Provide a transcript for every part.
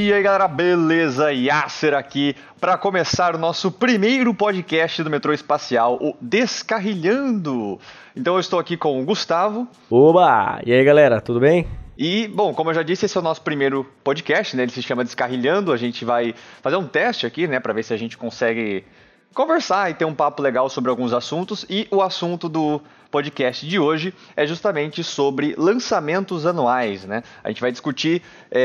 E aí galera, beleza? Yasser aqui para começar o nosso primeiro podcast do Metrô Espacial, o Descarrilhando. Então eu estou aqui com o Gustavo. Oba! E aí galera, tudo bem? E, bom, como eu já disse, esse é o nosso primeiro podcast, né? Ele se chama Descarrilhando. A gente vai fazer um teste aqui, né? Para ver se a gente consegue conversar e ter um papo legal sobre alguns assuntos. E o assunto do podcast de hoje é justamente sobre lançamentos anuais, né? A gente vai discutir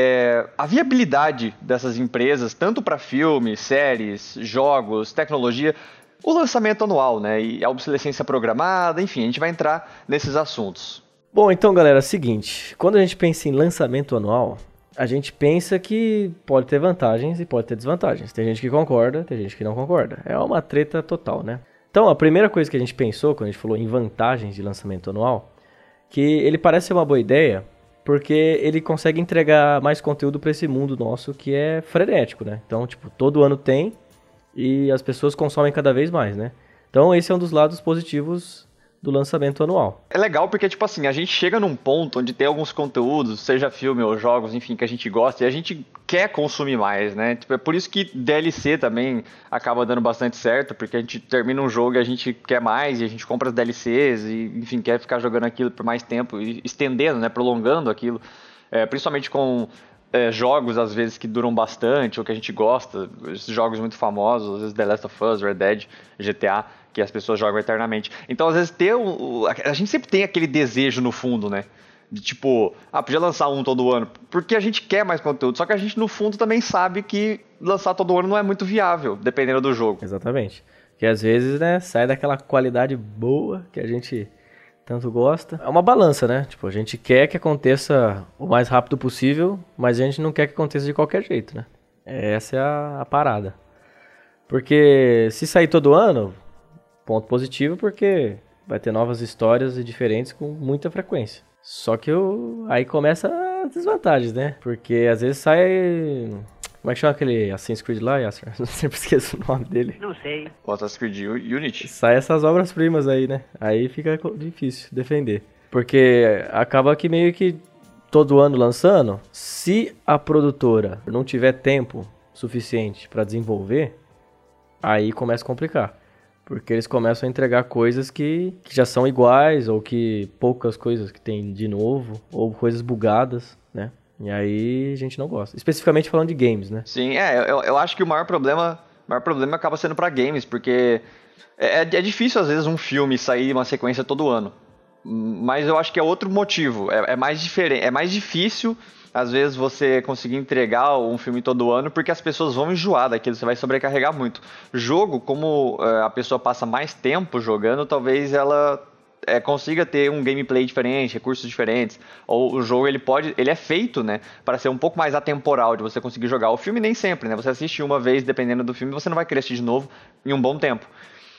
a viabilidade dessas empresas, tanto para filmes, séries, jogos, tecnologia, o lançamento anual, né? E a obsolescência programada, enfim, a gente vai entrar nesses assuntos. Bom, então galera, é o seguinte, quando a gente pensa em lançamento anual, a gente pensa que pode ter vantagens e pode ter desvantagens. Tem gente que concorda, tem gente que não concorda. É uma treta total, né? Então, a primeira coisa que a gente pensou quando a gente falou em vantagens de lançamento anual, que ele parece ser uma boa ideia, porque ele consegue entregar mais conteúdo para esse mundo nosso que é frenético, né? Então, tipo, todo ano tem e as pessoas consomem cada vez mais, né? Então, esse é um dos lados positivos do lançamento anual. É legal porque, tipo assim, a gente chega num ponto onde tem alguns conteúdos, seja filme ou jogos, enfim, que a gente gosta e a gente quer consumir mais, né? Tipo, é por isso que DLC também acaba dando bastante certo, porque a gente termina um jogo e a gente quer mais, e a gente compra as DLCs e, enfim, quer ficar jogando aquilo por mais tempo e estendendo, né? Prolongando aquilo. Principalmente com jogos, às vezes, que duram bastante ou que a gente gosta, esses jogos muito famosos, às vezes The Last of Us, Red Dead, GTA, que as pessoas jogam eternamente. Então, às vezes, a gente sempre tem aquele desejo no fundo, né? De tipo, podia lançar um todo ano, porque a gente quer mais conteúdo, só que a gente, no fundo, também sabe que lançar todo ano não é muito viável, dependendo do jogo. Exatamente. Que às vezes, né, sai daquela qualidade boa que a gente tanto gosta. É uma balança, né? Tipo, a gente quer que aconteça o mais rápido possível, mas a gente não quer que aconteça de qualquer jeito, né? Essa é a parada. Porque se sair todo ano, ponto positivo, porque vai ter novas histórias e diferentes com muita frequência. Só que aí começa as desvantagens, né? Porque às vezes sai... Como é que chama aquele Assassin's Creed lá, Yasser? Eu sempre esqueço o nome dele. Não sei. O Assassin's Creed Unity. Sai essas obras-primas aí, né? Aí fica difícil defender. Porque acaba que meio que todo ano lançando, se a produtora não tiver tempo suficiente para desenvolver, aí começa a complicar. Porque eles começam a entregar coisas que já são iguais, ou que poucas coisas que tem de novo, ou coisas bugadas, né? E aí a gente não gosta. Especificamente falando de games, né? Sim, eu acho que o maior problema acaba sendo pra games, porque é difícil às vezes um filme sair uma sequência todo ano. Mas eu acho que é outro motivo. É mais diferente, é mais difícil às vezes você conseguir entregar um filme todo ano, porque as pessoas vão enjoar daquilo, você vai sobrecarregar muito. Jogo, como a pessoa passa mais tempo jogando, talvez ela consiga ter um gameplay diferente, recursos diferentes, ou o jogo ele é feito, né, para ser um pouco mais atemporal, de você conseguir jogar. O filme nem sempre, né, você assiste uma vez, dependendo do filme, você não vai querer assistir de novo em um bom tempo.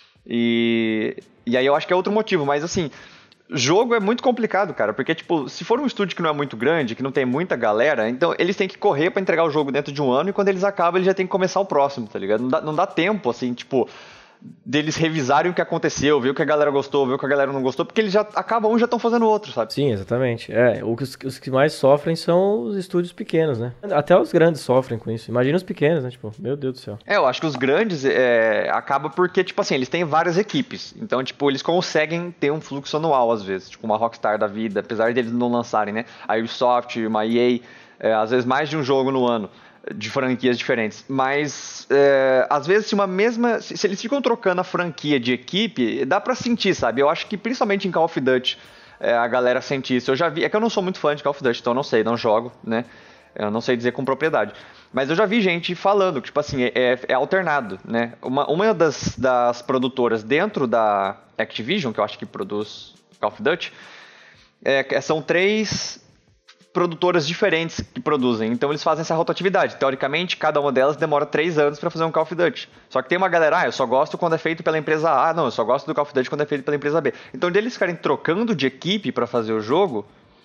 E aí eu acho que é outro motivo, mas assim, jogo é muito complicado, cara, porque tipo, se for um estúdio que não é muito grande, que não tem muita galera, então eles têm que correr pra entregar o jogo dentro de um ano, e quando eles acabam, eles já têm que começar o próximo, tá ligado? Não dá tempo, assim, tipo, deles revisarem o que aconteceu, ver o que a galera gostou, ver o que a galera não gostou, porque eles já acabam um e já estão fazendo outro, sabe? Sim, exatamente. Os que mais sofrem são os estúdios pequenos, né? Até os grandes sofrem com isso. Imagina os pequenos, né? Tipo, meu Deus do céu. Eu acho que os grandes acaba porque, tipo assim, eles têm várias equipes. Então, tipo, eles conseguem ter um fluxo anual, às vezes. Tipo, uma Rockstar da vida, apesar deles não lançarem, né? A Ubisoft, uma EA, às vezes mais de um jogo no ano, de franquias diferentes, mas às vezes se eles ficam trocando a franquia de equipe, dá pra sentir, sabe? Eu acho que principalmente em Call of Duty a galera sente isso. Eu já vi, é que eu não sou muito fã de Call of Duty, então eu não sei, não jogo, né? Eu não sei dizer com propriedade, mas eu já vi gente falando que, tipo assim, é alternado, né? Uma das produtoras dentro da Activision, que eu acho que produz Call of Duty, são 3 produtoras diferentes que produzem, então eles fazem essa rotatividade. Teoricamente, cada uma delas demora 3 anos para fazer um Call of Duty. Só que tem uma galera, eu só gosto quando é feito pela empresa A, não, eu só gosto do Call of Duty quando é feito pela empresa B. Então, de eles ficarem trocando de equipe para fazer o jogo,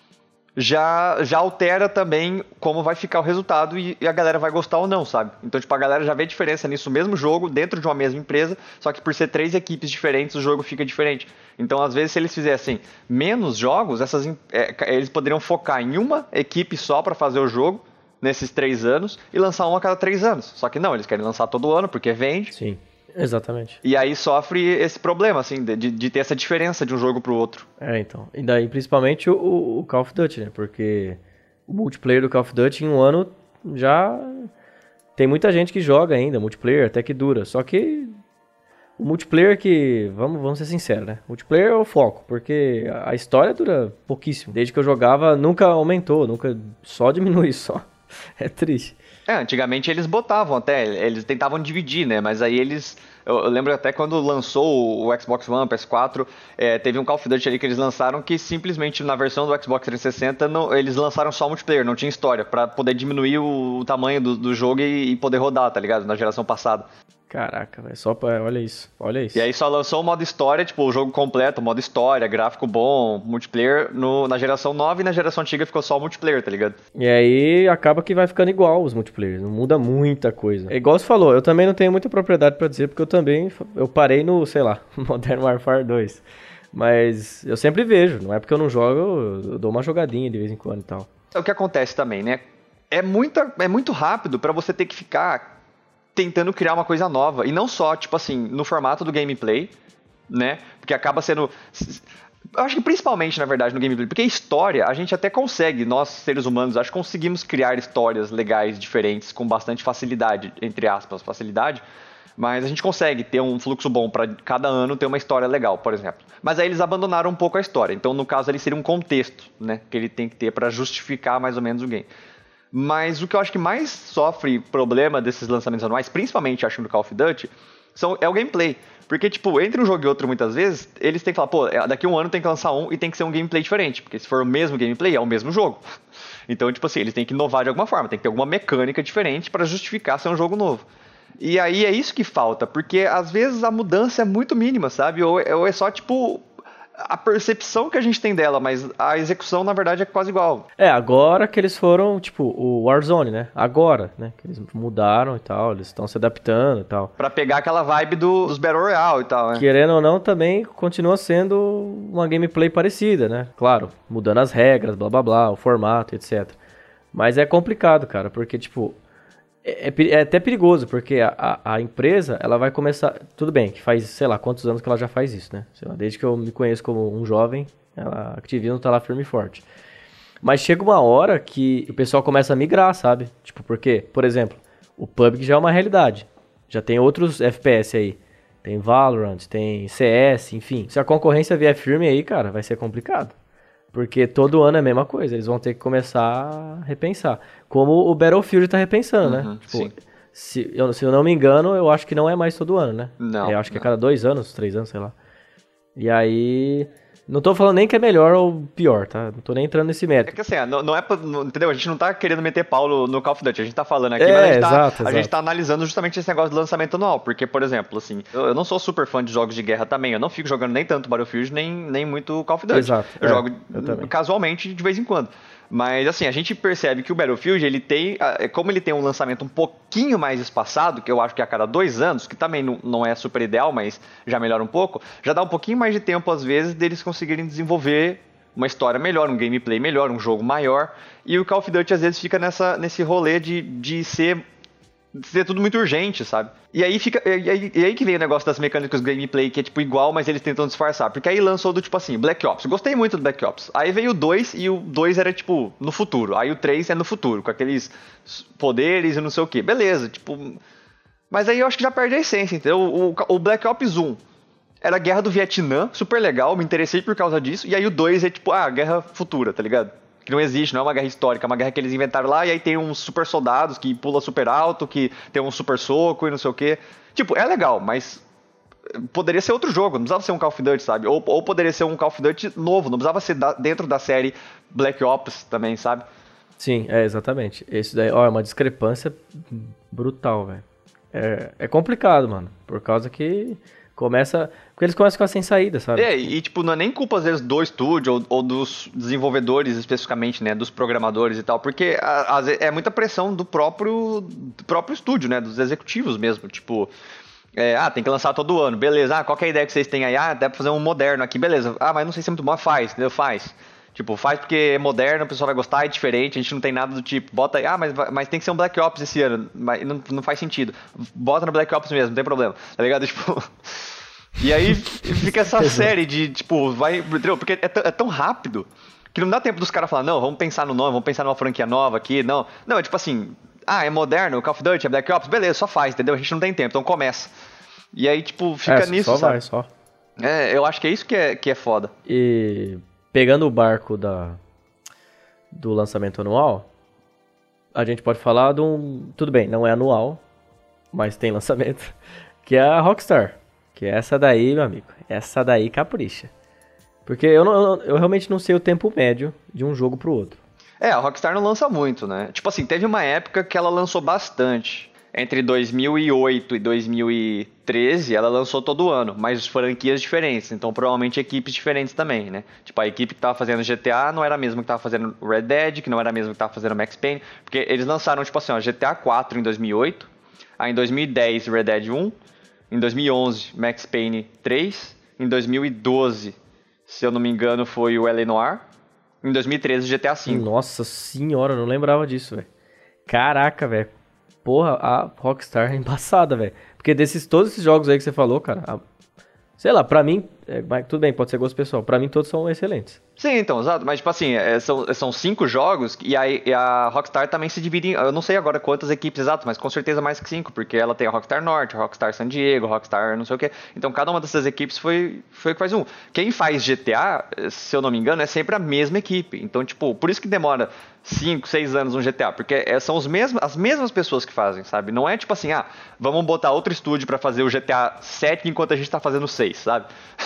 já altera também como vai ficar o resultado e a galera vai gostar ou não, sabe? Então, tipo, a galera já vê diferença nisso, mesmo jogo, dentro de uma mesma empresa, só que por ser 3 equipes diferentes, o jogo fica diferente. Então, às vezes, se eles fizessem menos jogos, eles poderiam focar em uma equipe só para fazer o jogo, nesses 3 anos e lançar um a cada 3 anos. Só que não, eles querem lançar todo ano porque vende. Sim, exatamente. E aí sofre esse problema, assim, de ter essa diferença de um jogo pro outro. Então. E daí, principalmente o Call of Duty, né? Porque o multiplayer do Call of Duty em um ano já tem muita gente que joga ainda, multiplayer até que dura. Só que o multiplayer vamos ser sinceros, né? O multiplayer é o foco, porque a história dura pouquíssimo. Desde que eu jogava, nunca aumentou, só diminui, só. É triste. Antigamente eles botavam até, eles tentavam dividir, né? Mas aí eu lembro até quando lançou o Xbox One, PS4, teve um Call of Duty ali que eles lançaram que simplesmente na versão do Xbox 360 eles lançaram só multiplayer, não tinha história, pra poder diminuir o tamanho do jogo e poder rodar, tá ligado? Na geração passada. Caraca, velho, olha isso. E aí só lançou o modo história, tipo, o jogo completo, modo história, gráfico bom, multiplayer, na geração nova e na geração antiga ficou só o multiplayer, tá ligado? E aí acaba que vai ficando igual os multiplayers, não muda muita coisa. É igual você falou, eu também não tenho muita propriedade pra dizer, porque eu parei no, sei lá, Modern Warfare 2. Mas eu sempre vejo, não é porque eu não jogo, eu dou uma jogadinha de vez em quando e tal. É o que acontece também, né? É muito rápido pra você ter que ficar tentando criar uma coisa nova. E não só, tipo assim, no formato do gameplay, né? Porque acaba sendo... Eu acho que principalmente, na verdade, no gameplay. Porque história, a gente até consegue, nós, seres humanos, acho que conseguimos criar histórias legais, diferentes, com bastante facilidade, entre aspas, facilidade. Mas a gente consegue ter um fluxo bom para cada ano ter uma história legal, por exemplo. Mas aí eles abandonaram um pouco a história. Então, no caso, ali seria um contexto, né? Que ele tem que ter para justificar mais ou menos o game. Mas o que eu acho que mais sofre problema desses lançamentos anuais, principalmente acho no Call of Duty, é o gameplay. Porque, tipo, entre um jogo e outro, muitas vezes, eles têm que falar, pô, daqui a um ano tem que lançar um e tem que ser um gameplay diferente. Porque se for o mesmo gameplay, é o mesmo jogo. Então, tipo assim, eles têm que inovar de alguma forma, tem que ter alguma mecânica diferente para justificar ser um jogo novo. E aí é isso que falta, porque às vezes a mudança é muito mínima, sabe? Ou é só, tipo, a percepção que a gente tem dela, mas a execução, na verdade, é quase igual. Agora que eles foram, tipo, o Warzone, né? Agora, né? Que eles mudaram e tal, eles estão se adaptando e tal. Pra pegar aquela vibe dos Battle Royale e tal, né? Querendo ou não, também continua sendo uma gameplay parecida, né? Claro, mudando as regras, blá blá blá, o formato, etc. Mas é complicado, cara, porque, tipo... É até perigoso, porque a empresa, ela vai começar... Tudo bem, que faz, sei lá, quantos anos que ela já faz isso, né? Sei lá, desde que eu me conheço como um jovem, a Activision tá lá firme e forte. Mas chega uma hora que o pessoal começa a migrar, sabe? Tipo, porque, por exemplo, o PUBG já é uma realidade. Já tem outros FPS aí. Tem Valorant, tem CS, enfim. Se a concorrência vier firme aí, cara, vai ser complicado. Porque todo ano é a mesma coisa, eles vão ter que começar a repensar. Como o Battlefield tá repensando, né? Tipo, se eu não me engano, eu acho que não é mais todo ano, né? Não. Eu acho que é cada 2 anos, 3 anos, sei lá. E aí... Não tô falando nem que é melhor ou pior, tá? Não tô nem entrando nesse mérito. É que assim, não é pra, entendeu? A gente não tá querendo meter pau no Call of Duty, a gente tá falando aqui, mas a gente tá analisando justamente esse negócio de lançamento anual, porque, por exemplo, assim, eu não sou super fã de jogos de guerra também, eu não fico jogando nem tanto Battlefield, nem muito Call of Duty. Exato. Eu jogo casualmente de vez em quando. Mas, assim, a gente percebe que o Battlefield, ele tem, como ele tem um lançamento um pouquinho mais espaçado, que eu acho que é a cada 2 anos, que também não é super ideal, mas já melhora um pouco, já dá um pouquinho mais de tempo, às vezes, deles conseguirem desenvolver uma história melhor, um gameplay melhor, um jogo maior. E o Call of Duty, às vezes, fica nesse rolê de ser tudo muito urgente, sabe? E aí que vem o negócio das mecânicas do gameplay, que é tipo igual, mas eles tentam disfarçar. Porque aí lançou do tipo assim, Black Ops. Gostei muito do Black Ops. Aí veio o 2 e o 2 era tipo no futuro. Aí o 3 é no futuro, com aqueles poderes e não sei o que. Beleza, tipo... Mas aí eu acho que já perde a essência, entendeu? O Black Ops 1 era a guerra do Vietnã, super legal, me interessei por causa disso. E aí o 2 é tipo, guerra futura, tá ligado? Que não existe, não é uma guerra histórica, é uma guerra que eles inventaram lá, e aí tem uns super soldados que pula super alto, que tem um super soco e não sei o que. Tipo, é legal, mas poderia ser outro jogo, não precisava ser um Call of Duty, sabe? Ou poderia ser um Call of Duty novo, não precisava ser dentro da série Black Ops também, sabe? Sim, exatamente. Esse daí, é uma discrepância brutal, velho. É complicado, mano, por causa que... Porque eles começam a ficar sem saída, sabe? E tipo, não é nem culpa às vezes do estúdio ou dos desenvolvedores especificamente, né? Dos programadores e tal, porque é muita pressão do próprio estúdio, né? Dos executivos mesmo, tipo... tem que lançar todo ano, beleza. Qual que é a ideia que vocês têm aí? Dá pra fazer um moderno aqui, beleza. Mas não sei se é muito bom, faz, entendeu? Faz. Tipo, faz porque é moderno, o pessoal vai gostar, é diferente, a gente não tem nada do tipo, bota aí, mas tem que ser um Black Ops esse ano, mas não faz sentido. Bota no Black Ops mesmo, não tem problema, tá ligado? Tipo... E aí fica essa série de, tipo, vai... Entendeu? Porque é tão rápido que não dá tempo dos caras falar, não, vamos pensar no nome, vamos pensar numa franquia nova aqui, não. Não, é tipo assim, é moderno, Call of Duty, é Black Ops, beleza, só faz, entendeu? A gente não tem tempo, então começa. E aí, tipo, fica nisso, só sabe? vai, só. Eu acho que é isso que é foda. E pegando o barco do lançamento anual, a gente pode falar de um... Tudo bem, não é anual, mas tem lançamento, que é a Rockstar. Que essa daí, meu amigo, essa daí capricha. Porque eu realmente não sei o tempo médio de um jogo pro outro. A Rockstar não lança muito, né? Tipo assim, teve uma época que ela lançou bastante. Entre 2008 e 2013, ela lançou todo ano, mas franquias diferentes. Então, provavelmente, equipes diferentes também, né? Tipo, a equipe que tava fazendo GTA não era a mesma que tava fazendo Red Dead, que não era a mesma que tava fazendo Max Payne. Porque eles lançaram, tipo assim, GTA 4 em 2008, aí em 2010, Red Dead 1, em 2011, Max Payne 3, em 2012, se eu não me engano, foi o L.A. Noire, em 2013, GTA 5. Nossa senhora, eu não lembrava disso, velho. Caraca, velho. Porra, a Rockstar é embaçada, velho. Porque todos esses jogos aí que você falou, cara, sei lá, pra mim, mas tudo bem, pode ser gosto pessoal, pra mim todos são excelentes. Sim, então, exato. Mas, tipo assim, são 5 jogos e a Rockstar também se divide em... Eu não sei agora quantas equipes exatas, mas com certeza mais que 5, porque ela tem a Rockstar Norte, a Rockstar San Diego, a Rockstar não sei o quê. Então, cada uma dessas equipes foi o que faz um. Quem faz GTA, se eu não me engano, é sempre a mesma equipe. Então, tipo, por isso que demora 5, 6 anos um GTA, porque são as mesmas pessoas que fazem, sabe? Não é tipo assim, vamos botar outro estúdio pra fazer o GTA 7 enquanto a gente tá fazendo o 6, sabe?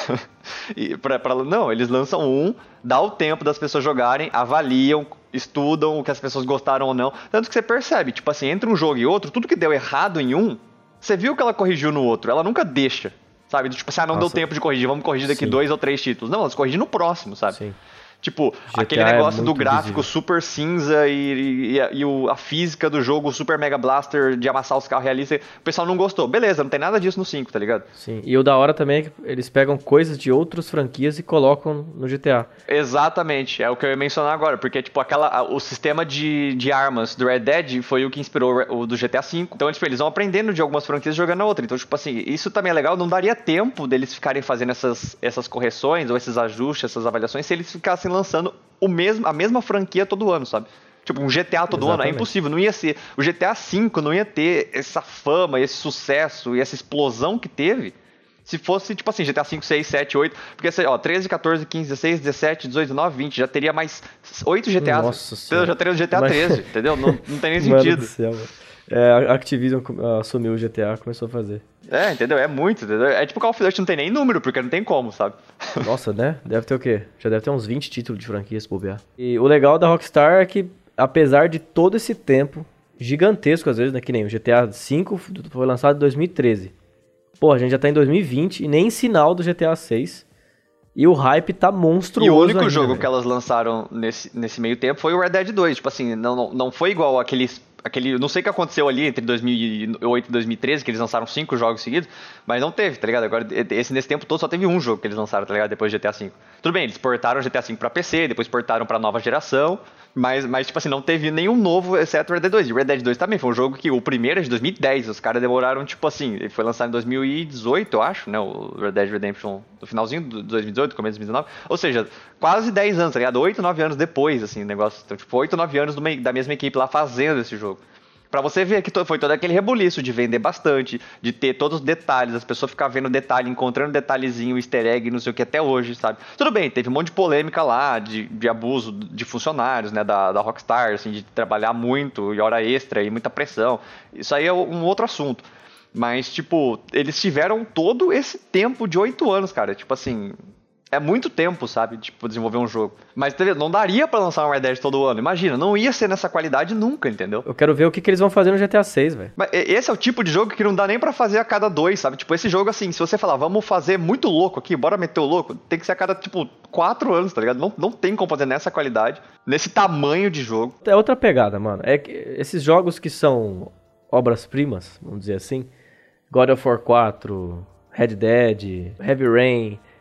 Não, eles lançam um, dá o tempo das pessoas jogarem, avaliam, estudam o que as pessoas gostaram ou não. Tanto que você percebe, tipo assim, entre um jogo e outro, tudo que deu errado em um, você viu que ela corrigiu no outro. Ela nunca deixa, sabe? Tipo assim, não deu tempo de corrigir, vamos corrigir daqui 2 ou 3 títulos. Não, elas corrigem no próximo, sabe? Sim. Tipo, GTA aquele negócio do gráfico visível. super cinza e a física do jogo super mega blaster de amassar os carros realistas, o pessoal não gostou. Beleza, não tem nada disso no 5, tá ligado? Sim, e o da hora também é que eles pegam coisas de outras franquias e colocam no GTA. Exatamente, é o que eu ia mencionar agora, porque tipo, o sistema de armas do Red Dead foi o que inspirou o do GTA V. Então, tipo, eles vão aprendendo de algumas franquias e jogando a outra. Então, tipo assim, isso também é legal, não daria tempo deles ficarem fazendo essas correções ou esses ajustes, essas avaliações, se eles ficassem lançando a mesma franquia todo ano, sabe? Tipo, um GTA todo ano é impossível, não ia ser. O GTA V não ia ter essa fama, esse sucesso e essa explosão que teve se fosse, tipo assim, GTA 5, 6, 7, 8. Porque, ó, 13, 14, 15, 16, 17, 18, 19, 20. Já teria mais 8 GTAs. Nossa senhora. Já teria o GTA 13, entendeu? Não tem nem Mano sentido. do céu, mano. A Activision assumiu o GTA, começou a fazer. Entendeu? É muito, entendeu? É tipo Call of Duty, não tem nem número, porque não tem como, sabe? Nossa, né? Deve ter o quê? Já deve ter uns 20 títulos de franquia se bobear. E o legal da Rockstar é que, apesar de todo esse tempo, gigantesco às vezes, né? Que nem o GTA V foi lançado em 2013. Pô, a gente já tá em 2020 e nem sinal do GTA 6. E o hype tá monstruoso. E o único ainda, jogo véio. que elas lançaram nesse meio tempo foi o Red Dead 2. Tipo assim, não foi igual aquele. Não sei o que aconteceu ali entre 2008 e 2013, que eles lançaram 5 jogos seguidos, mas não teve, tá ligado? Agora, nesse tempo todo só teve um jogo que eles lançaram, tá ligado? Depois do GTA V. Tudo bem, eles portaram o GTA V pra PC, depois portaram pra nova geração, mas tipo assim, não teve nenhum novo, exceto o Red Dead 2. E o Red Dead 2 também foi um jogo que, o primeiro é de 2010, os caras demoraram, tipo assim, ele foi lançado em 2018, eu acho, né? O Red Dead Redemption, no finalzinho de 2018, começo de 2019. Ou seja, quase 10 anos, tá ligado? 8, 9 anos depois, assim, o negócio. Então, tipo, 8, 9 anos da mesma equipe lá fazendo esse jogo. Pra você ver que foi todo aquele rebuliço de vender bastante, de ter todos os detalhes, as pessoas ficarem vendo detalhe, encontrando detalhezinho, easter egg, não sei o que, até hoje, sabe? Tudo bem, teve um monte de polêmica lá, de abuso de funcionários, né, da Rockstar, assim, de trabalhar muito, e hora extra, e muita pressão. Isso aí é um outro assunto. Mas, tipo, eles tiveram todo esse tempo de 8 anos, cara. Tipo assim, é muito tempo, sabe? Tipo, desenvolver um jogo. Mas não daria pra lançar um Red Dead todo ano. Imagina, não ia ser nessa qualidade nunca, entendeu? Eu quero ver o que eles vão fazer no GTA 6, velho. Mas esse é o tipo de jogo que não dá nem pra fazer a cada 2, sabe? Tipo, esse jogo assim, se você falar, vamos fazer muito louco aqui, bora meter o louco, tem que ser a cada, tipo, 4 anos, tá ligado? Não tem como fazer nessa qualidade, nesse tamanho de jogo. É outra pegada, mano. É que esses jogos que são obras-primas, vamos dizer assim, God of War 4, Red Dead, Heavy Rain,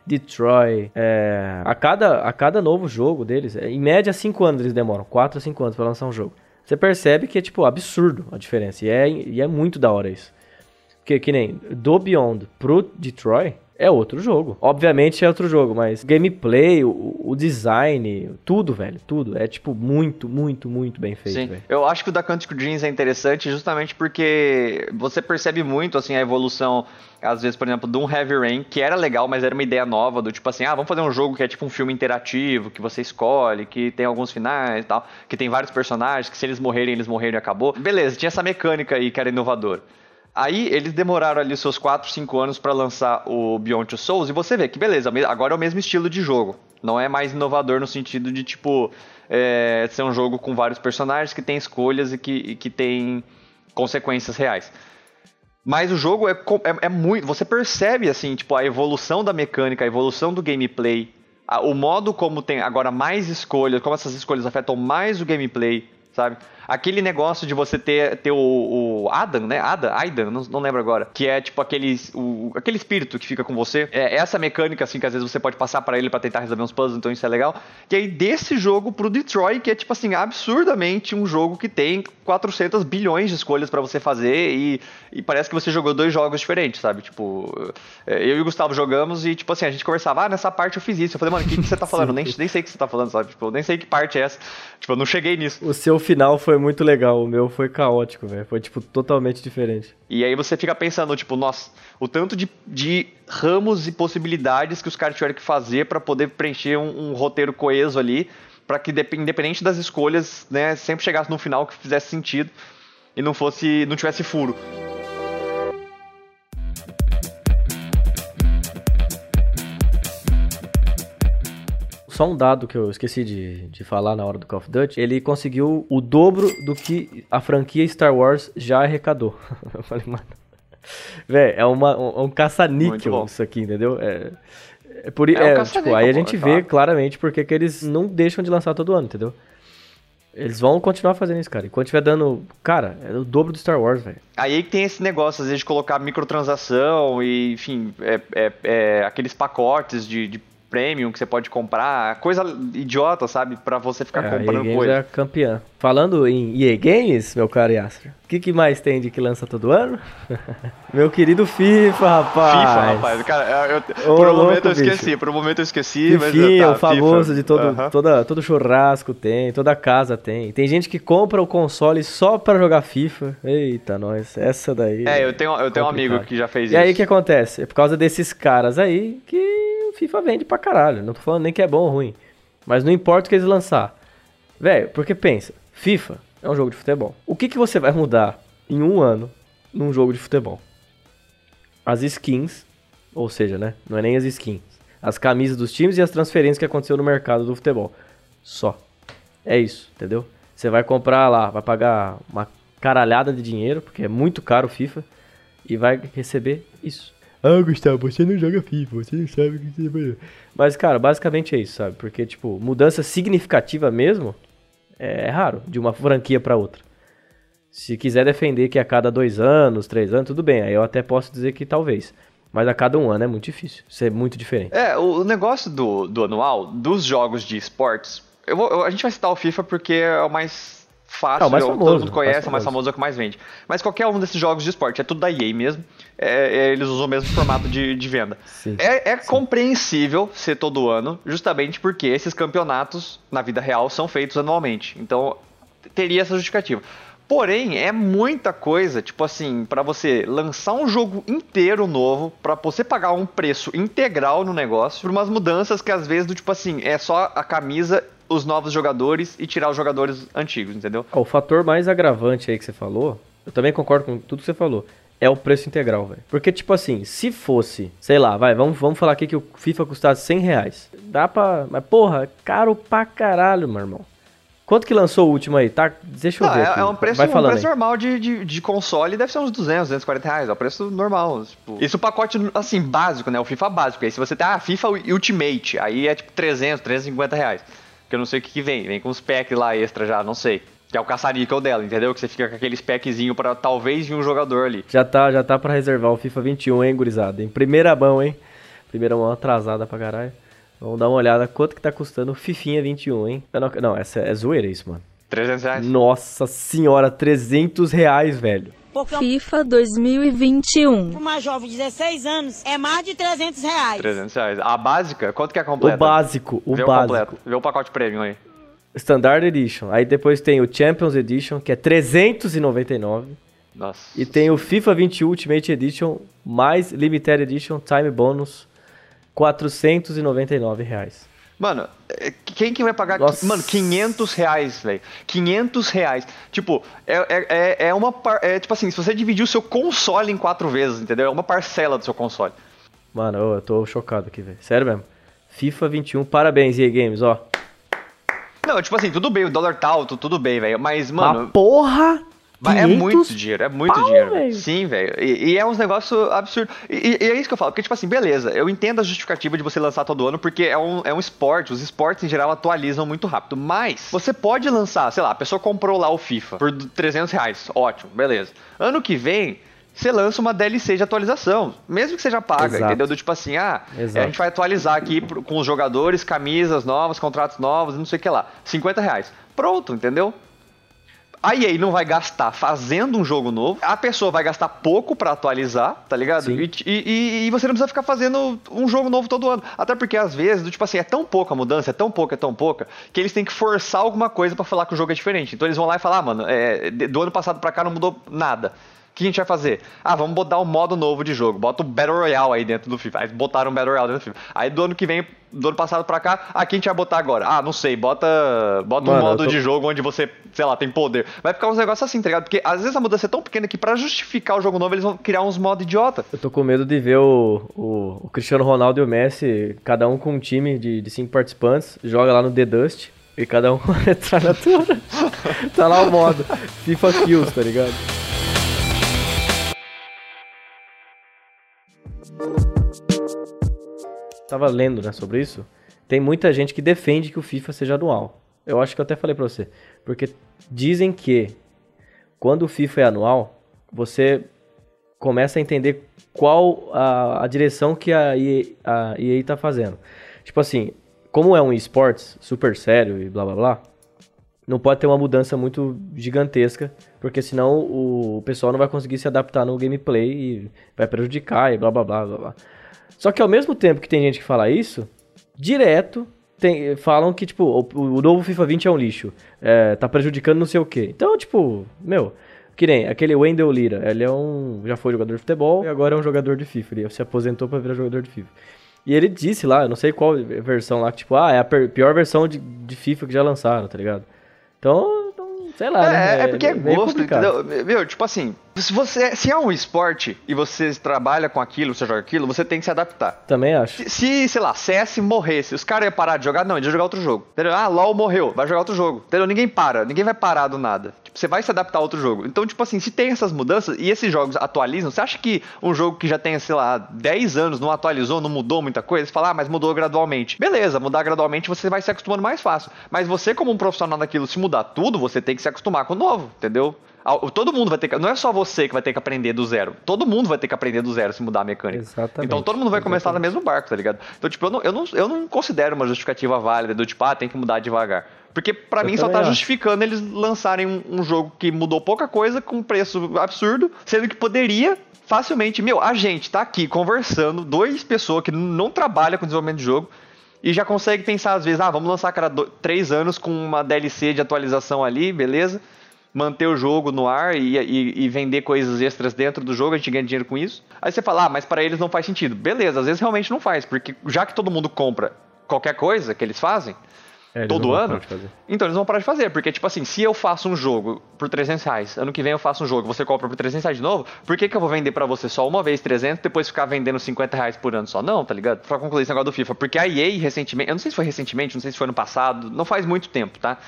Detroit, a cada novo jogo deles, em média 5 anos eles demoram, 4 a 5 anos pra lançar um jogo. Você percebe que é, tipo, absurdo a diferença, e é muito da hora isso. Porque, que nem, do Beyond pro Detroit, é outro jogo. Obviamente é outro jogo, mas gameplay, o design, tudo, velho, tudo. É, tipo, muito, muito, muito bem feito, Sim. velho. Eu acho que o da Quantic Dreams é interessante justamente porque você percebe muito, assim, a evolução, às vezes, por exemplo, de um Heavy Rain, que era legal, mas era uma ideia nova, do tipo assim, vamos fazer um jogo que é tipo um filme interativo, que você escolhe, que tem alguns finais e tal, que tem vários personagens, que se eles morrerem e acabou. Beleza, tinha essa mecânica aí que era inovadora. Aí eles demoraram ali seus 4, 5 anos pra lançar o Beyond Two Souls, e você vê que beleza, agora é o mesmo estilo de jogo. Não é mais inovador no sentido de, tipo, ser um jogo com vários personagens que tem escolhas e que tem consequências reais. Mas o jogo é muito... Você percebe, assim, tipo, a evolução da mecânica, a evolução do gameplay, o modo como tem agora mais escolhas, como essas escolhas afetam mais o gameplay, sabe? Aquele negócio de você ter o Adam, né? Aidan, não lembro agora. Que é tipo aquele espírito que fica com você. É essa mecânica, assim, que às vezes você pode passar pra ele pra tentar resolver uns puzzles, então isso é legal. E aí desse jogo pro Detroit, que é tipo assim, absurdamente um jogo que tem 400 bilhões de escolhas pra você fazer e parece que você jogou 2 jogos diferentes, sabe? Tipo, eu e o Gustavo jogamos e tipo assim, a gente conversava, nessa parte eu fiz isso. Eu falei, mano, o que você tá falando? nem sei o que você tá falando, sabe? Tipo, eu nem sei que parte é essa. Tipo, eu não cheguei nisso. O seu final foi muito legal, o meu foi caótico, velho. Foi, tipo, totalmente diferente. E aí você fica pensando, tipo, nossa, o tanto de ramos e possibilidades que os caras tiveram que fazer pra poder preencher um roteiro coeso ali, pra que, independente das escolhas, né, sempre chegasse no final que fizesse sentido e não tivesse furo. Só um dado que eu esqueci de falar na hora do Call of Duty, ele conseguiu o dobro do que a franquia Star Wars já arrecadou. Eu falei, mano, velho, é um caça-níquel isso aqui, entendeu? Tipo, aí a gente vê claramente porque que eles não deixam de lançar todo ano, entendeu? Eles vão continuar fazendo isso, cara. Enquanto tiver dando... Cara, é o dobro do Star Wars, velho. Aí que tem esse negócio, às vezes, de colocar microtransação e, enfim, aqueles pacotes de premium que você pode comprar, coisa idiota, sabe? Pra você ficar comprando EA Games coisa. É campeã. Falando em EA Games, meu caro Yasser, o que mais tem de que lança todo ano? Meu querido FIFA, rapaz. FIFA, rapaz. Cara, por um momento eu esqueci, mas... FIFA, o famoso FIFA. De todo churrasco tem, toda casa tem. Tem gente que compra o console só pra jogar FIFA. Eita, nós, essa daí... eu tenho um amigo que já fez isso. E aí o que acontece? É por causa desses caras aí que o FIFA vende pra caralho. Não tô falando nem que é bom ou ruim. Mas não importa o que eles lançar. Velho, porque pensa, FIFA é um jogo de futebol. O que você vai mudar em um ano num jogo de futebol? As skins, ou seja, né? Não é nem as skins. As camisas dos times e as transferências que aconteceu no mercado do futebol. Só. É isso, entendeu? Você vai comprar lá, vai pagar uma caralhada de dinheiro, porque é muito caro o FIFA, e vai receber isso. Gustavo, você não joga FIFA, você não sabe o que você vai... Mas, cara, basicamente é isso, sabe? Porque, tipo, mudança significativa mesmo é raro, de uma franquia pra outra. Se quiser defender que a cada 2 anos, 3 anos, tudo bem. Aí eu até posso dizer que talvez. Mas a cada 1 ano é muito difícil. Isso é muito diferente. O negócio do anual, dos jogos de esportes... a gente vai citar o FIFA porque é o mais fácil, o mais famoso, todo mundo conhece, é o mais famoso, é o que mais vende. Mas qualquer um desses jogos de esporte, é tudo da EA mesmo, eles usam o mesmo formato de venda. Sim, sim. Compreensível ser todo ano, justamente porque esses campeonatos, na vida real, são feitos anualmente. Então, teria essa justificativa. Porém, é muita coisa, tipo assim, pra você lançar um jogo inteiro novo, pra você pagar um preço integral no negócio, por umas mudanças que às vezes, do tipo assim, é só a camisa, os novos jogadores e tirar os jogadores antigos, entendeu? O fator mais agravante aí que você falou, eu também concordo com tudo que você falou, é o preço integral, velho. Porque, tipo assim, se fosse, sei lá, vamos falar aqui que o FIFA custasse R$100. Dá pra... Mas, porra, caro pra caralho, meu irmão. Quanto que lançou o último aí? Tá, deixa eu ver aqui. É um preço normal de console, deve ser uns 200, 240 reais. É o preço normal. Tipo. Isso o pacote, assim, básico, né? O FIFA básico. Aí se você tem FIFA Ultimate, aí é tipo 300, 350 reais. Que eu não sei o que vem. Vem com uns packs lá extra já, não sei. Que é o caça-níquel dela, entendeu? Que você fica com aqueles packzinho pra talvez vir um jogador ali. Já tá pra reservar o FIFA 21, hein, gurizada? Em primeira mão, hein? primeira mão atrasada pra caralho. Vamos dar uma olhada quanto que tá custando o Fifinha 21, hein? Não, essa é zoeira isso, mano. R$300. Nossa senhora, R$300, velho. FIFA 2021. Para uma jovem de 16 anos, é mais de R$300. R$300. A básica, quanto que é a completa? O básico. Vê o completo. Vê o pacote premium aí. Standard Edition. Aí depois tem o Champions Edition, que é R$399. Nossa. E tem o FIFA 20 Ultimate Edition, mais Limited Edition Time Bonus, R$499. Mano, quem que vai pagar... Nossa. Mano, R$500, velho. R$500. Tipo, tipo assim, se você dividir o seu console em 4 vezes, entendeu? É uma parcela do seu console. Mano, eu tô chocado aqui, velho. Sério mesmo. FIFA 21, parabéns, EA Games, ó. Não, tipo assim, tudo bem, o dólar tá alto, tudo bem, velho. Mas, mano... Uma porra! É muito dinheiro, é muito dinheiro. Véio. Sim, velho. E é uns negócios absurdos. E é isso que eu falo, porque, tipo assim, beleza, eu entendo a justificativa de você lançar todo ano, porque é um esporte, os esportes em geral atualizam muito rápido. Mas você pode lançar, sei lá, a pessoa comprou lá o FIFA por R$300, ótimo, beleza. Ano que vem, você lança uma DLC de atualização, mesmo que seja paga, Exato. entendeu? Do tipo assim, a gente vai atualizar aqui com os jogadores, camisas novas, contratos novos, não sei o que lá. R$50. Pronto, entendeu? A EA não vai gastar fazendo um jogo novo, a pessoa vai gastar pouco pra atualizar, tá ligado? E você não precisa ficar fazendo um jogo novo todo ano. Até porque às vezes, tipo assim, é tão pouca a mudança, é tão pouca, que eles têm que forçar alguma coisa pra falar que o jogo é diferente. Então eles vão lá e falar, mano, do ano passado pra cá não mudou nada. O que a gente vai fazer? Vamos botar um modo novo de jogo. Bota o Battle Royale aí dentro do FIFA. Aí botaram o Battle Royale dentro do FIFA. Aí do ano que vem, do ano passado pra cá, o que a gente vai botar agora? Não sei, bota Mano, um modo de jogo onde você, sei lá, tem poder. Vai ficar uns negócios assim, tá ligado? Porque às vezes a mudança é tão pequena que pra justificar o jogo novo, eles vão criar uns modos idiota. Eu tô com medo de ver o Cristiano Ronaldo e o Messi, cada um com um time de 5 participantes, joga lá no The Dust, e cada um com a metralhadora. Tá lá o modo FIFA Kills, tá ligado? Tava lendo, né, sobre isso. Tem muita gente que defende que o FIFA seja anual. Eu acho que eu até falei pra você. Porque dizem que quando o FIFA é anual, você começa a entender qual a direção que a EA tá fazendo. Tipo assim, como é um esportes super sério e blá blá blá, não pode ter uma mudança muito gigantesca, porque senão o pessoal não vai conseguir se adaptar no gameplay e vai prejudicar e blá blá blá blá blá. Só que ao mesmo tempo que tem gente que fala isso, direto falam que, tipo, o novo FIFA 20 é um lixo, tá prejudicando não sei o quê. Então, tipo, que nem aquele Wendell Lira, ele já foi jogador de futebol e agora é um jogador de FIFA, ele se aposentou pra virar jogador de FIFA. E ele disse lá, eu não sei qual versão lá, que tipo, é a pior versão de FIFA que já lançaram, tá ligado? Então, sei lá, né? É porque é gosto, complicado. entendeu? Meu, tipo assim, se é um esporte e você trabalha com aquilo, você joga aquilo, você tem que se adaptar. Também acho. Se sei lá, CS morresse, os caras iam parar de jogar? Não, eles iam jogar outro jogo. Entendeu? LoL morreu, vai jogar outro jogo. Entendeu? Ninguém vai parar do nada. Tipo, você vai se adaptar a outro jogo. Então, tipo assim, se tem essas mudanças e esses jogos atualizam, você acha que um jogo que já tem, sei lá, 10 anos não atualizou, não mudou muita coisa? Você fala, mas mudou gradualmente. Beleza, mudar gradualmente você vai se acostumando mais fácil. Mas você, como um profissional daquilo, se mudar tudo, você tem que se acostumar com o novo, entendeu? Todo mundo vai ter que... Não é só você que vai ter que aprender do zero. Todo mundo vai ter que aprender do zero se mudar a mecânica. Exatamente. Então todo mundo vai começar no mesmo barco, tá ligado? Então, tipo, eu não considero uma justificativa válida do tipo, tem que mudar devagar. Porque pra mim só tá justificando eles lançarem um jogo que mudou pouca coisa com um preço absurdo, sendo que poderia facilmente... a gente tá aqui conversando, 2 pessoas que não trabalham com desenvolvimento de jogo, e já consegue pensar às vezes, vamos lançar a cada 3 anos com uma DLC de atualização ali, beleza? Manter o jogo no ar e vender coisas extras dentro do jogo, a gente ganha dinheiro com isso. Aí você fala, mas para eles não faz sentido. Beleza, às vezes realmente não faz, porque já que todo mundo compra qualquer coisa que eles fazem, todo ano, então eles vão parar de fazer. Porque, tipo assim, se eu faço um jogo por R$300, ano que vem eu faço um jogo, você compra por R$300 de novo, por que eu vou vender pra você só uma vez 300 e depois ficar vendendo R$50 por ano só? Não, tá ligado? Pra concluir esse negócio do FIFA. Porque a EA recentemente, eu não sei se foi recentemente, não sei se foi no passado, não faz muito tempo, tá?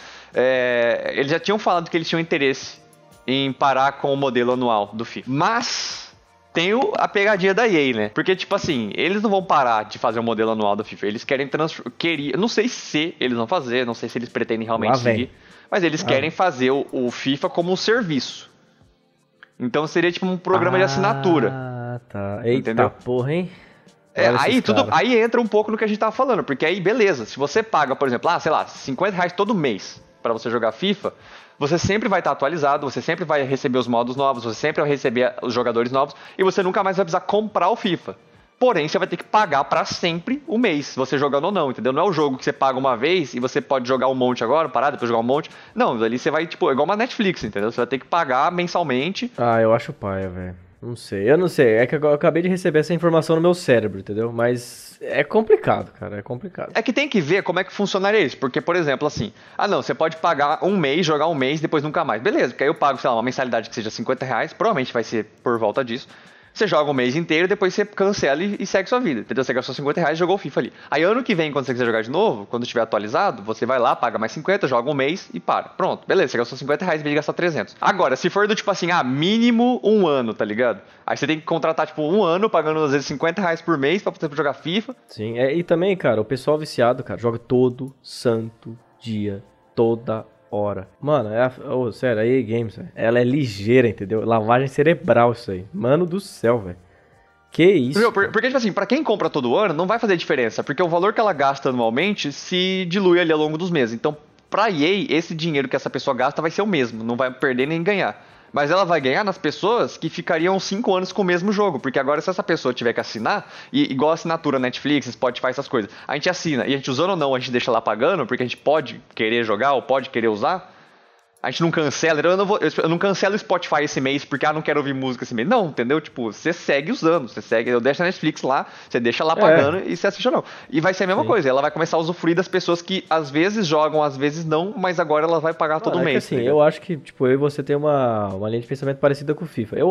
Eles já tinham falado que eles tinham interesse em parar com o modelo anual do FIFA. Mas tem a pegadinha da EA, né? Porque, tipo assim, eles não vão parar de fazer o modelo anual do FIFA. Eles querem não sei se eles vão fazer, não sei se eles pretendem realmente seguir, mas eles querem fazer o FIFA como um serviço. Então seria tipo um programa de assinatura. Tá. Eita, entendeu? Porra, hein? Aí entra um pouco no que a gente tava falando, porque aí beleza, se você paga, por exemplo, sei lá, R$50 todo mês pra você jogar FIFA, você sempre vai estar atualizado, você sempre vai receber os modos novos, você sempre vai receber os jogadores novos, e você nunca mais vai precisar comprar o FIFA. Porém, você vai ter que pagar pra sempre o mês, você jogando ou não, entendeu? Não é o jogo que você paga uma vez e você pode jogar um monte agora, parar, depois jogar um monte. Não, ali você vai, tipo, é igual uma Netflix, entendeu? Você vai ter que pagar mensalmente. Eu acho paia, velho. Eu não sei. É que eu acabei de receber essa informação no meu cérebro, entendeu? Mas é complicado, cara, é complicado. É que tem que ver como é que funcionaria isso, porque, por exemplo, assim, não, você pode pagar um mês, jogar um mês, depois nunca mais. Beleza, porque aí eu pago, sei lá, uma mensalidade que seja R$50, provavelmente vai ser por volta disso. Você joga um mês inteiro, depois você cancela e segue sua vida, entendeu? Você gastou R$50 e jogou o FIFA ali. Aí ano que vem, quando você quiser jogar de novo, quando estiver atualizado, você vai lá, paga mais 50, joga um mês e para. Pronto, beleza, você gastou R$50 em vez de gastar 300. Agora, se for do tipo assim, mínimo um ano, tá ligado? Aí você tem que contratar tipo um ano, pagando às vezes R$50 por mês pra poder jogar FIFA. Sim, e também, cara, o pessoal viciado, cara, joga todo santo dia, toda hora. Mano, sério, a EA Games, véio, ela é ligeira, entendeu? Lavagem cerebral isso aí. Mano do céu, velho. Que isso? Porque, tipo assim, pra quem compra todo ano, não vai fazer diferença, porque o valor que ela gasta anualmente se dilui ali ao longo dos meses. Então, pra EA, esse dinheiro que essa pessoa gasta vai ser o mesmo, não vai perder nem ganhar. Mas ela vai ganhar nas pessoas que ficariam 5 anos com o mesmo jogo. Porque agora, se essa pessoa tiver que assinar, e igual a assinatura Netflix, Spotify, essas coisas, a gente assina e a gente usando ou não, a gente deixa lá pagando, porque a gente pode querer jogar ou pode querer usar. A gente não cancela, eu não cancelo o Spotify esse mês porque não quero ouvir música esse mês. Não, entendeu? Tipo, você segue usando, eu deixo a Netflix lá, você deixa lá pagando e você assiste ou não. E vai ser a mesma coisa, ela vai começar a usufruir das pessoas que às vezes jogam, às vezes não, mas agora ela vai pagar todo mês. Que assim, eu acho que, tipo, eu e você tem uma linha de pensamento parecida com o FIFA. Eu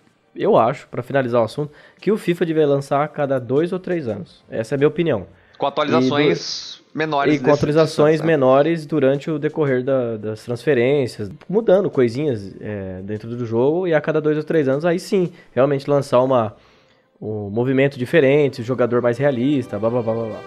acho, pra finalizar o assunto, que o FIFA deveria lançar a cada 2 ou 3 anos. Essa é a minha opinião. Com atualizações menores. E com atualizações menores durante o decorrer das transferências, mudando coisinhas dentro do jogo, e a cada 2 ou 3 anos aí sim, realmente lançar um movimento diferente, um jogador mais realista, blá blá blá blá blá.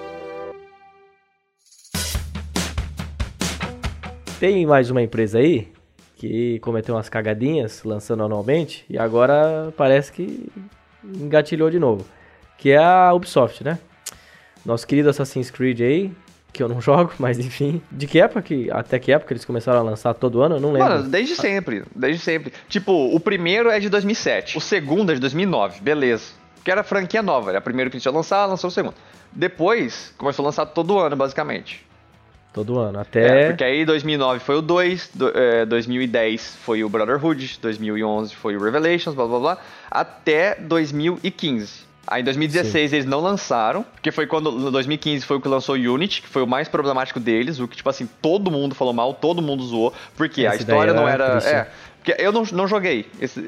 Tem mais uma empresa aí que cometeu umas cagadinhas lançando anualmente e agora parece que engatilhou de novo, que é a Ubisoft, né? Nosso querido Assassin's Creed aí, que eu não jogo, mas enfim. Até que época eles começaram a lançar todo ano? Eu não lembro. Mano, desde sempre. Tipo, o primeiro é de 2007. O segundo é de 2009, beleza. Que era franquia nova. Era o primeiro que a gente ia lançar, lançou o segundo. Depois, começou a lançar todo ano, basicamente. Todo ano, até... porque aí 2009 foi o 2, 2010 foi o Brotherhood, 2011 foi o Revelations, blá blá blá, até 2015. Aí em 2016 eles não lançaram, porque foi quando, no 2015 foi o que lançou o Unity, que foi o mais problemático deles, o que, tipo assim, todo mundo falou mal, todo mundo zoou, porque a história não era... porque eu não joguei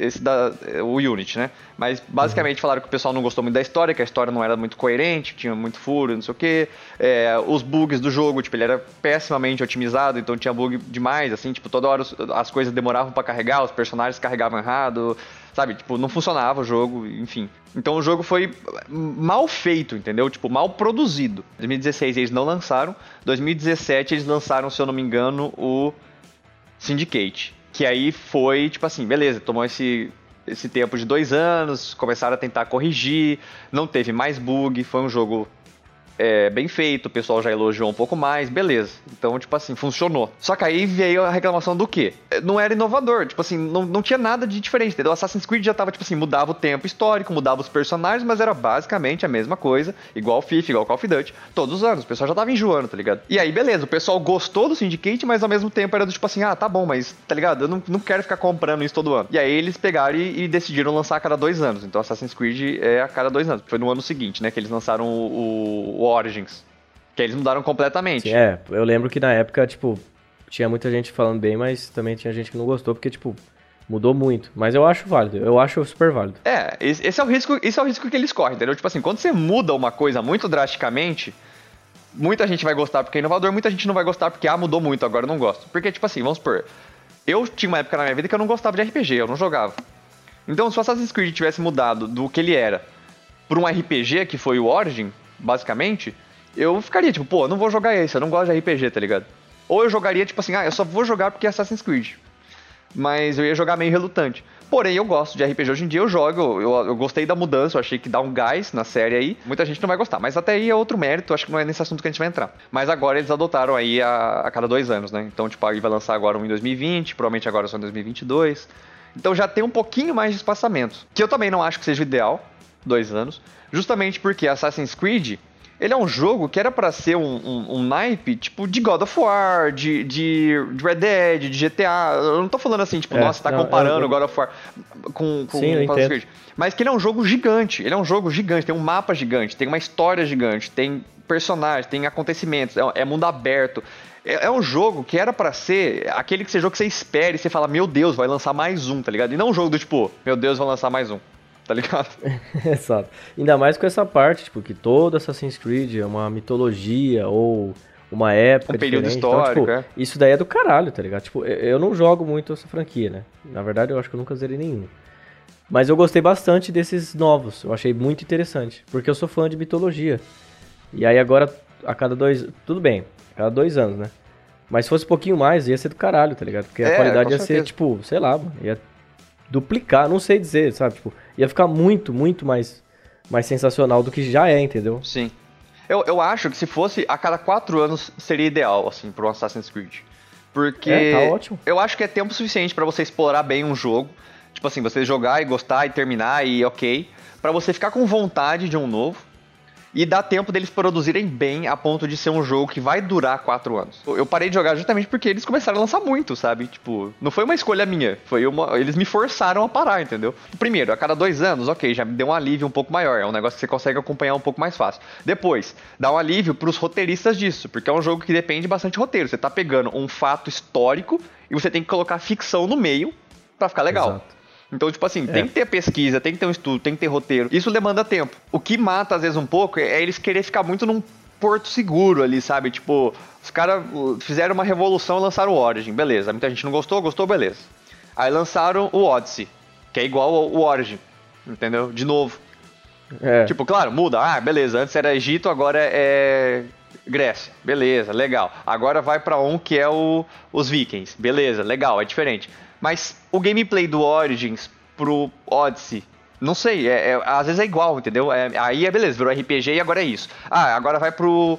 o Unity, né? Mas basicamente falaram que o pessoal não gostou muito da história, que a história não era muito coerente, tinha muito furo, não sei o quê. Os bugs do jogo, tipo, ele era pessimamente otimizado, então tinha bug demais, assim, tipo, toda hora as coisas demoravam pra carregar, os personagens carregavam errado, sabe? Tipo, não funcionava o jogo, enfim. Então o jogo foi mal feito, entendeu? Tipo, mal produzido. Em 2016 eles não lançaram, 2017 eles lançaram, se eu não me engano, o Syndicate. Que aí foi, tipo assim, beleza, tomou esse tempo de 2 anos, começaram a tentar corrigir, não teve mais bug, foi um jogo bem feito, o pessoal já elogiou um pouco mais, beleza. Então, tipo assim, funcionou. Só que aí veio a reclamação do quê? Não era inovador, tipo assim, não tinha nada de diferente, entendeu? Assassin's Creed já tava, tipo assim, mudava o tempo histórico, mudava os personagens, mas era basicamente a mesma coisa, igual FIFA, igual Call of Duty, todos os anos, o pessoal já tava enjoando, tá ligado? E aí, beleza, o pessoal gostou do Syndicate, mas ao mesmo tempo era do tipo assim, tá bom, mas, tá ligado? Eu não quero ficar comprando isso todo ano. E aí eles pegaram e decidiram lançar a cada 2 anos, então Assassin's Creed é a cada 2 anos. Foi no ano seguinte, né, que eles lançaram o Origins, que eles mudaram completamente. Sim, eu lembro que na época, tipo, tinha muita gente falando bem, mas também tinha gente que não gostou, porque, tipo, mudou muito. Mas eu acho válido, eu acho super válido. Esse é o risco que eles correm, entendeu? Tipo assim, quando você muda uma coisa muito drasticamente, muita gente vai gostar porque é inovador, muita gente não vai gostar porque, mudou muito, agora eu não gosto. Porque, tipo assim, vamos supor, eu tinha uma época na minha vida que eu não gostava de RPG, eu não jogava. Então, se o Assassin's Creed tivesse mudado do que ele era por um RPG, que foi o Origin, basicamente, eu ficaria tipo, pô, eu não vou jogar esse, eu não gosto de RPG, tá ligado? Ou eu jogaria tipo assim, eu só vou jogar porque é Assassin's Creed. Mas eu ia jogar meio relutante. Porém, eu gosto de RPG hoje em dia, eu jogo, eu gostei da mudança, eu achei que dá um gás na série aí. Muita gente não vai gostar, mas até aí é outro mérito, acho que não é nesse assunto que a gente vai entrar. Mas agora eles adotaram aí a cada 2 anos, né? Então, tipo, aí vai lançar agora um em 2020, provavelmente agora só em 2022. Então já tem um pouquinho mais de espaçamento, que eu também não acho que seja o ideal, 2 anos, justamente porque Assassin's Creed, ele é um jogo que era pra ser um naipe, tipo, de God of War, de Red Dead, de GTA. Eu não tô falando assim, tipo, nossa, tá comparando God of War com Assassin's Creed. Mas que ele é um jogo gigante, tem um mapa gigante, tem uma história gigante, tem personagens, tem acontecimentos, é mundo aberto. É um jogo que era pra ser aquele que você espera e você fala, meu Deus, vai lançar mais um, tá ligado? E não um jogo do tipo, meu Deus, vai lançar mais um. Tá ligado? Exato. Ainda mais com essa parte, tipo, que todo Assassin's Creed é uma mitologia ou uma época período histórico, então, tipo, isso daí é do caralho, tá ligado? Tipo, eu não jogo muito essa franquia, né? Na verdade, eu acho que eu nunca zerei nenhum. Mas eu gostei bastante desses novos. Eu achei muito interessante. Porque eu sou fã de mitologia. E aí agora, a cada 2... Tudo bem, a cada 2 anos, né? Mas se fosse um pouquinho mais, ia ser do caralho, tá ligado? Porque a qualidade ia ser, tipo, sei lá, mano, ia duplicar, não sei dizer, sabe? Tipo, ia ficar muito, muito mais sensacional do que já é, entendeu? Sim. Eu acho que se fosse a cada 4 anos seria ideal, assim, pro Assassin's Creed. Porque tá ótimo. Eu acho que é tempo suficiente pra você explorar bem um jogo. Tipo assim, você jogar e gostar e terminar e ok. Pra você ficar com vontade de um novo. E dá tempo deles produzirem bem a ponto de ser um jogo que vai durar 4 anos. Eu parei de jogar justamente porque eles começaram a lançar muito, sabe? Tipo, não foi uma escolha minha, eles me forçaram a parar, entendeu? Primeiro, a cada 2 anos, ok, já me deu um alívio um pouco maior, é um negócio que você consegue acompanhar um pouco mais fácil. Depois, dá um alívio pros roteiristas disso, porque é um jogo que depende bastante de roteiro. Você tá pegando um fato histórico e você tem que colocar ficção no meio pra ficar legal. Exato. Então, tipo assim, tem que ter pesquisa, tem que ter um estudo, tem que ter roteiro. Isso demanda tempo. O que mata, às vezes, um pouco é eles querer ficar muito num porto seguro ali, sabe? Tipo, os caras fizeram uma revolução e lançaram o Origin. Beleza, muita gente não gostou, beleza. Aí lançaram o Odyssey, que é igual ao Origin, entendeu? De novo. Tipo, claro, muda. Ah, beleza, antes era Egito, agora é Grécia. Beleza, legal. Agora vai pra um que é os Vikings. Beleza, legal, é diferente. Mas o gameplay do Origins pro Odyssey, não sei, às vezes é igual, entendeu? Aí é beleza, virou RPG e agora é isso. Ah, agora vai pro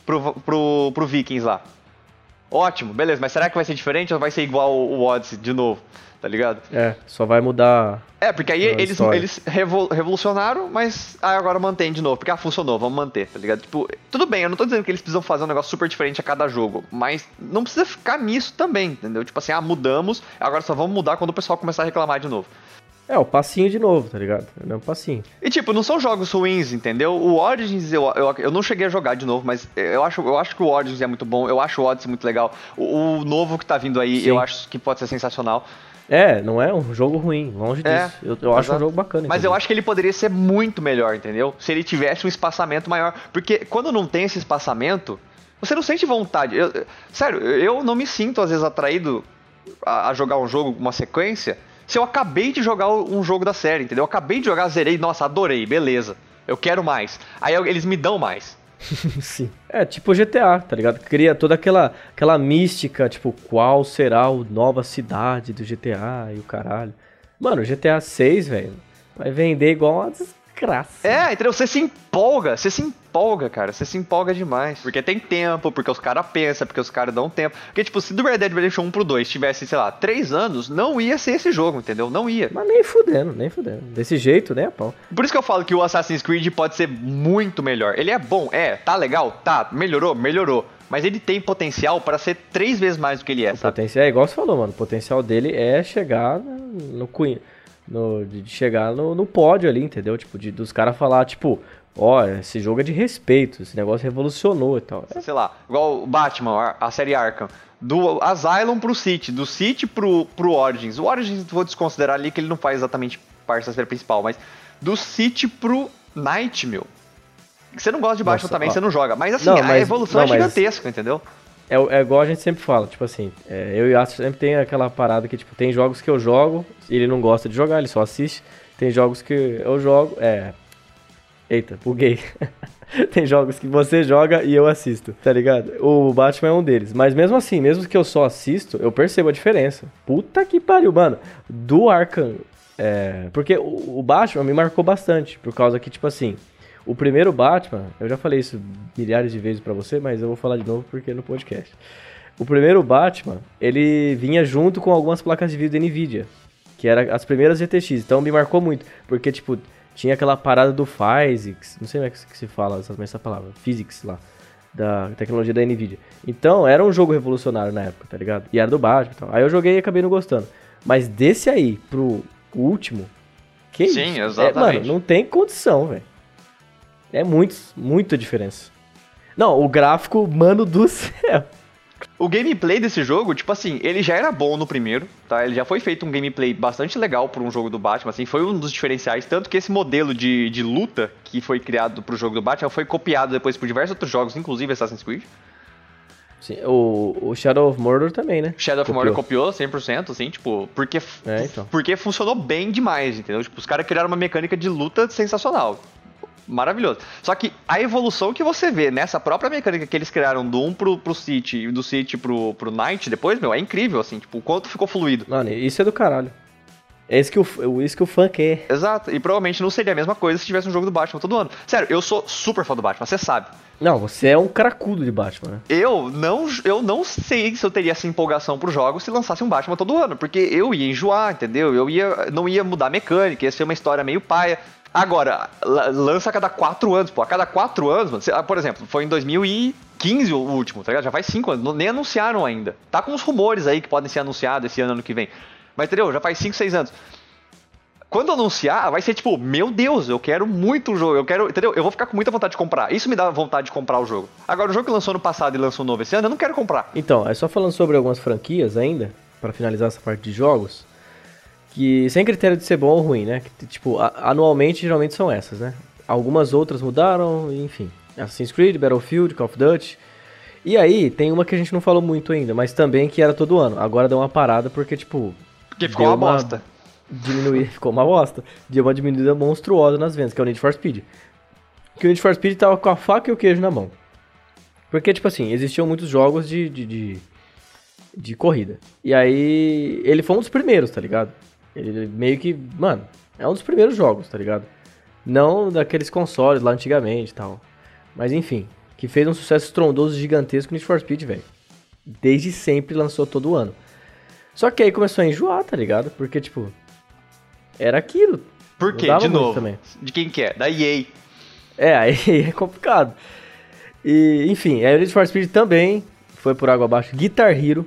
Vikings lá. Ótimo, beleza, mas será que vai ser diferente ou vai ser igual o Odyssey de novo? Tá ligado? Só vai mudar. Porque aí eles revolucionaram, mas agora mantém de novo. Porque funcionou, vamos manter, tá ligado? Tipo, tudo bem, eu não tô dizendo que eles precisam fazer um negócio super diferente a cada jogo, mas não precisa ficar nisso também, entendeu? Tipo assim, mudamos, agora só vamos mudar quando o pessoal começar a reclamar de novo. O passinho de novo, tá ligado? É um passinho. E tipo, não são jogos ruins, entendeu? O Origins, eu não cheguei a jogar de novo, mas eu acho que o Origins é muito bom, eu acho o Odyssey muito legal. O novo que tá vindo aí, sim, eu acho que pode ser sensacional. Não é um jogo ruim, longe disso. Eu acho um jogo bacana. Mas eu acho que ele poderia ser muito melhor, entendeu? Se ele tivesse um espaçamento maior. Porque quando não tem esse espaçamento, você não sente vontade. Sério, eu não me sinto às vezes atraído a jogar um jogo, uma sequência, se eu acabei de jogar um jogo da série, entendeu? Eu acabei de jogar, zerei, nossa, adorei, beleza. Eu quero mais. Aí eles me dão mais. Sim. Tipo GTA, tá ligado? Cria toda aquela mística, tipo, qual será a nova cidade do GTA e o caralho. Mano, o GTA 6, velho, vai vender igual uma desgraça. Entendeu? Você se empolga, cara. Você se empolga demais. Porque tem tempo, porque os caras pensam, porque os caras dão tempo. Porque, tipo, se do Red Dead Redemption 1 pro 2 tivesse, sei lá, 3 anos, não ia ser esse jogo, entendeu? Não ia. Mas nem fudendo. Desse jeito, né, pau. Por isso que eu falo que o Assassin's Creed pode ser muito melhor. Ele é bom, tá legal, tá, melhorou. Mas ele tem potencial para ser 3 vezes mais do que ele é, sabe? Potencial, igual você falou, mano. O potencial dele é chegar chegar no pódio ali, entendeu? Tipo, dos caras falar, tipo, esse jogo é de respeito, esse negócio revolucionou e tal. Sei lá, igual o Batman, a série Arkham. Do Asylum pro City, do City pro Origins. O Origins vou desconsiderar ali que ele não faz exatamente parte da série principal, mas do City pro Night, meu. Você não gosta de Batman também, você não joga. Mas assim, a evolução é gigantesca, entendeu? É igual a gente sempre fala, tipo assim, eu e o Astro sempre tem aquela parada que, tipo, tem jogos que eu jogo, e ele não gosta de jogar, ele só assiste. Tem jogos que eu jogo, eita, buguei. Tem jogos que você joga e eu assisto, tá ligado? O Batman é um deles. Mas mesmo assim, mesmo que eu só assisto, eu percebo a diferença. Puta que pariu, mano. Do Arkham Porque o Batman me marcou bastante, por causa que, tipo assim, o primeiro Batman, eu já falei isso milhares de vezes pra você, mas eu vou falar de novo porque é no podcast. O primeiro Batman, ele vinha junto com algumas placas de vídeo da NVIDIA, que eram as primeiras GTX, então me marcou muito, porque, tipo, tinha aquela parada do Physics, não sei como é que se fala essa palavra, Physics lá, da tecnologia da NVIDIA. Então, era um jogo revolucionário na época, tá ligado? E era do Batman e tal. Aí eu joguei e acabei não gostando. Mas desse aí pro último, que Sim, isso? exatamente. Mano, não tem condição, velho. É muita diferença. Não, o gráfico, mano do céu. O gameplay desse jogo, tipo assim, ele já era bom no primeiro, tá? Ele já foi feito um gameplay bastante legal por um jogo do Batman, assim, foi um dos diferenciais, tanto que esse modelo de luta que foi criado pro jogo do Batman foi copiado depois por diversos outros jogos, inclusive Assassin's Creed. Sim, o Shadow of Mordor também, né? Shadow of Mordor copiou 100%, assim, tipo, porque funcionou bem demais, entendeu? Tipo, os caras criaram uma mecânica de luta sensacional. Maravilhoso. Só que a evolução que você vê nessa própria mecânica que eles criaram do 1 pro City e do City pro Night depois, meu, é incrível, assim, tipo, o quanto ficou fluido. Mano, isso é do caralho. É isso que o fã quer. Exato, e provavelmente não seria a mesma coisa se tivesse um jogo do Batman todo ano. Sério, eu sou super fã do Batman, você sabe. Não, você é um cracudo de Batman, né? Eu não sei se eu teria essa empolgação pro jogo se lançasse um Batman todo ano, porque eu ia enjoar, entendeu? Não ia mudar a mecânica, ia ser uma história meio paia. Agora, lança a cada 4 anos, pô. A cada 4 anos, mano, por exemplo, foi em 2015 o último, tá ligado? Já faz 5 anos, nem anunciaram ainda. Tá com uns rumores aí que podem ser anunciados esse ano que vem. Mas, entendeu? Já faz 5, 6 anos. Quando anunciar, vai ser tipo, meu Deus, eu quero muito o jogo, entendeu? Eu vou ficar com muita vontade de comprar. Isso me dá vontade de comprar o jogo. Agora, o jogo que lançou no passado e lançou novo esse ano, eu não quero comprar. Então, é só falando sobre algumas franquias ainda, pra finalizar essa parte de jogos, que sem critério de ser bom ou ruim, né? Que, tipo, anualmente, geralmente são essas, né? Algumas outras mudaram, enfim. Assassin's Creed, Battlefield, Call of Duty. E aí, tem uma que a gente não falou muito ainda, mas também que era todo ano. Agora deu uma parada porque, tipo... Porque ficou uma bosta. Ficou uma bosta. Deu uma diminuída monstruosa nas vendas, que é o Need for Speed. Que o Need for Speed tava com a faca e o queijo na mão. Porque, tipo assim, existiam muitos jogos de corrida. E aí, ele foi um dos primeiros, tá ligado? Ele meio que, mano, é um dos primeiros jogos, tá ligado? Não daqueles consoles lá antigamente e tal. Mas enfim, que fez um sucesso estrondoso gigantesco no Need for Speed, velho. Desde sempre lançou todo ano. Só que aí começou a enjoar, tá ligado? Porque, tipo, era aquilo. Por quê? De novo? Também. De quem que é? Da EA. Aí é complicado. E, enfim, aí o Need for Speed também foi por água abaixo. Guitar Hero,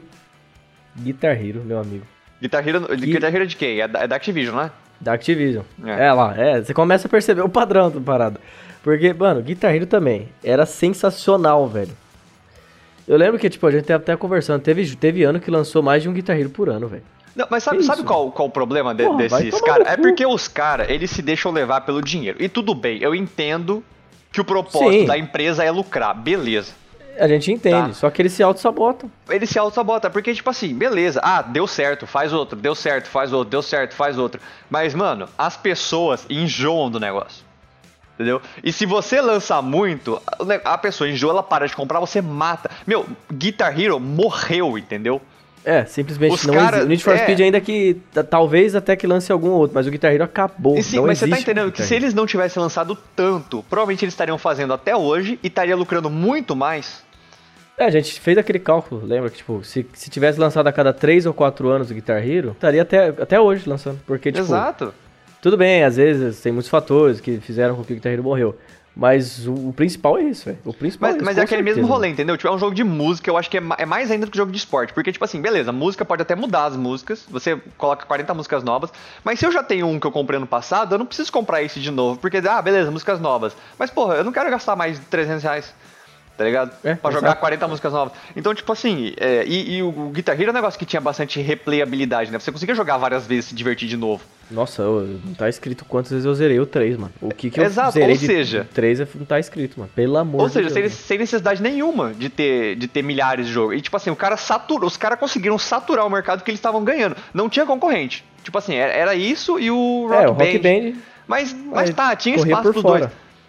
meu amigo. Guitar Hero de quem? É da Activision, né? Da Activision. Você começa a perceber o padrão da parada. Porque, mano, Guitar Hero também era sensacional, velho. Eu lembro que, tipo, a gente até conversando, teve ano que lançou mais de um Guitar Hero por ano, velho. Não, mas sabe qual o problema desses caras? É porque os caras, eles se deixam levar pelo dinheiro. E tudo bem, eu entendo que o propósito da empresa é lucrar, beleza. A gente entende, só que eles se auto-sabotam. Eles se auto-sabotam, porque, tipo assim, beleza, deu certo, faz outro, deu certo, faz outro, deu certo, faz outro. Mas, mano, as pessoas enjoam do negócio, entendeu? E se você lançar muito, a pessoa enjoa, ela para de comprar, você mata. Meu, Guitar Hero morreu, entendeu? Simplesmente existe. O Need for Speed ainda que, talvez até que lance algum outro, mas o Guitar Hero acabou. Sim, mas você tá entendendo que se eles não tivessem lançado tanto, provavelmente eles estariam fazendo até hoje e estaria lucrando muito mais. A gente fez aquele cálculo, lembra que, tipo, se tivesse lançado a cada 3 ou 4 anos o Guitar Hero, estaria até hoje lançando, porque, tipo... Exato. Tudo bem, às vezes tem muitos fatores que fizeram com que o Guitar Hero morreu, mas o principal é isso, velho. O principal mas é aquele mesmo rolê, entendeu? Tipo, é um jogo de música, eu acho que é mais ainda do que jogo de esporte, porque, tipo assim, beleza, música pode até mudar as músicas, você coloca 40 músicas novas, mas se eu já tenho um que eu comprei ano passado, eu não preciso comprar esse de novo, porque, beleza, músicas novas, mas, porra, eu não quero gastar mais de R$300, tá ligado? Pra jogar 40 músicas novas. Então, tipo assim, e o Guitar Hero é um negócio que tinha bastante replayabilidade, né? Você conseguia jogar várias vezes e se divertir de novo. Nossa, não tá escrito quantas vezes eu zerei o 3, mano. O que eu zerei de 3 não tá escrito, mano. Pelo amor de Deus. Ou seja, sem necessidade nenhuma de ter milhares de jogos. E, tipo assim, os caras conseguiram saturar o mercado que eles estavam ganhando. Não tinha concorrente. Tipo assim, era isso e o Rock Band. Rock Band. Mas tinha espaço pros dois.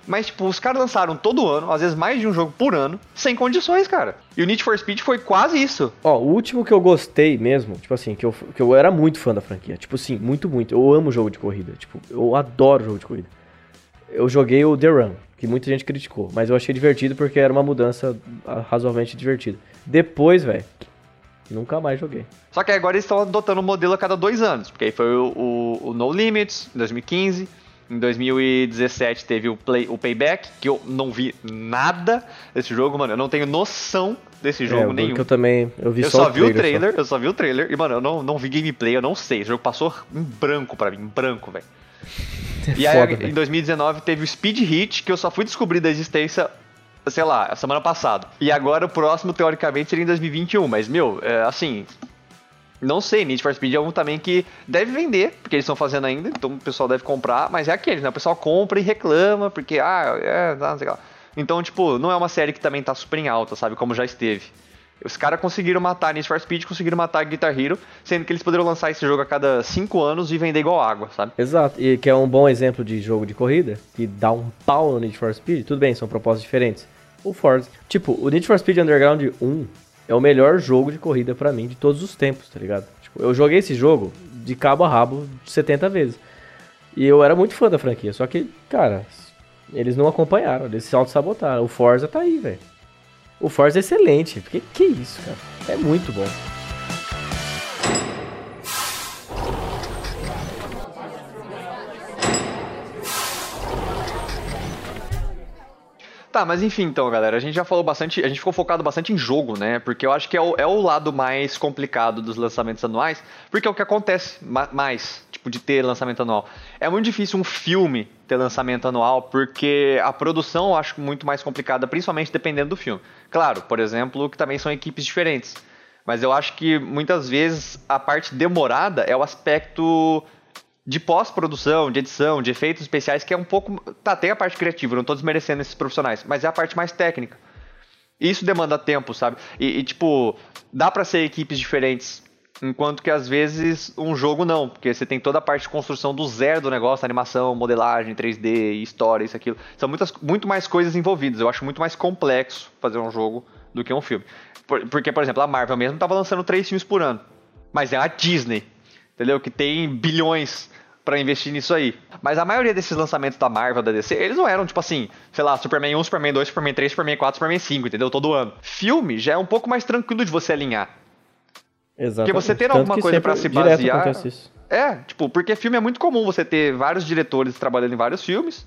Mas, tipo, os caras lançaram todo ano, às vezes mais de um jogo por ano, sem condições, cara. E o Need for Speed foi quase isso. Ó, o último que eu gostei mesmo, tipo assim, que eu era muito fã da franquia. Tipo assim, muito, muito. Eu amo jogo de corrida. Tipo, eu adoro jogo de corrida. Eu joguei o The Run, que muita gente criticou. Mas eu achei divertido porque era uma mudança razoavelmente divertida. Depois, velho, nunca mais joguei. Só que agora eles estão adotando o modelo a cada 2 anos. Porque aí foi o No Limits, em 2015... Em 2017 teve o Payback, que eu não vi nada desse jogo, mano. Eu não tenho noção desse jogo nenhum. Que eu vi eu só vi o trailer, eu só vi o trailer. E, mano, eu não vi gameplay, eu não sei. Esse jogo passou em branco pra mim, em branco, velho. E aí, em 2019, teve o Speed Hit, que eu só fui descobrir da existência, sei lá, a semana passada. E agora o próximo, teoricamente, seria em 2021. Mas, meu, assim... Não sei, Need for Speed é um também que deve vender, porque eles estão fazendo ainda, então o pessoal deve comprar, mas é aquele, né? O pessoal compra e reclama, porque, não sei lá. Então, tipo, não é uma série que também tá super em alta, sabe? Como já esteve. Os caras conseguiram matar Need for Speed, conseguiram matar Guitar Hero, sendo que eles poderiam lançar esse jogo a cada 5 anos e vender igual água, sabe? Exato, e que é um bom exemplo de jogo de corrida, que dá um pau no Need for Speed, tudo bem, são propostas diferentes. O Forza, tipo, o Need for Speed Underground 1... é o melhor jogo de corrida pra mim de todos os tempos, tá ligado? Tipo, eu joguei esse jogo de cabo a rabo 70 vezes. E eu era muito fã da franquia, só que, cara, eles não acompanharam, eles se auto-sabotaram. O Forza tá aí, velho. O Forza é excelente. Que isso, cara? É muito bom. Tá, mas enfim, então, galera, a gente já falou bastante, a gente ficou focado bastante em jogo, né? Porque eu acho que é o lado mais complicado dos lançamentos anuais, porque é o que acontece mais, tipo, de ter lançamento anual. É muito difícil um filme ter lançamento anual, porque a produção eu acho muito mais complicada, principalmente dependendo do filme. Claro, por exemplo, que também são equipes diferentes. Mas eu acho que muitas vezes a parte demorada é o aspecto de pós-produção, de edição, de efeitos especiais, que é um pouco... Tá, tem a parte criativa, não tô desmerecendo esses profissionais, mas é a parte mais técnica. E isso demanda tempo, sabe? E tipo, dá pra ser equipes diferentes, enquanto que às vezes um jogo não, porque você tem toda a parte de construção do zero do negócio, animação, modelagem, 3D, história, isso, aquilo. São muito mais coisas envolvidas, eu acho muito mais complexo fazer um jogo do que um filme. Porque, por exemplo, a Marvel mesmo tava lançando 3 filmes por ano, mas é a Disney, entendeu? Que tem bilhões pra investir nisso aí. Mas a maioria desses lançamentos da Marvel, da DC, eles não eram, tipo assim, sei lá, Superman 1, Superman 2, Superman 3, Superman 4, Superman 5, entendeu? Todo ano. Filme já é um pouco mais tranquilo de você alinhar. Exatamente. Porque você ter alguma coisa pra se basear... Isso. Tipo, porque filme é muito comum você ter vários diretores trabalhando em vários filmes,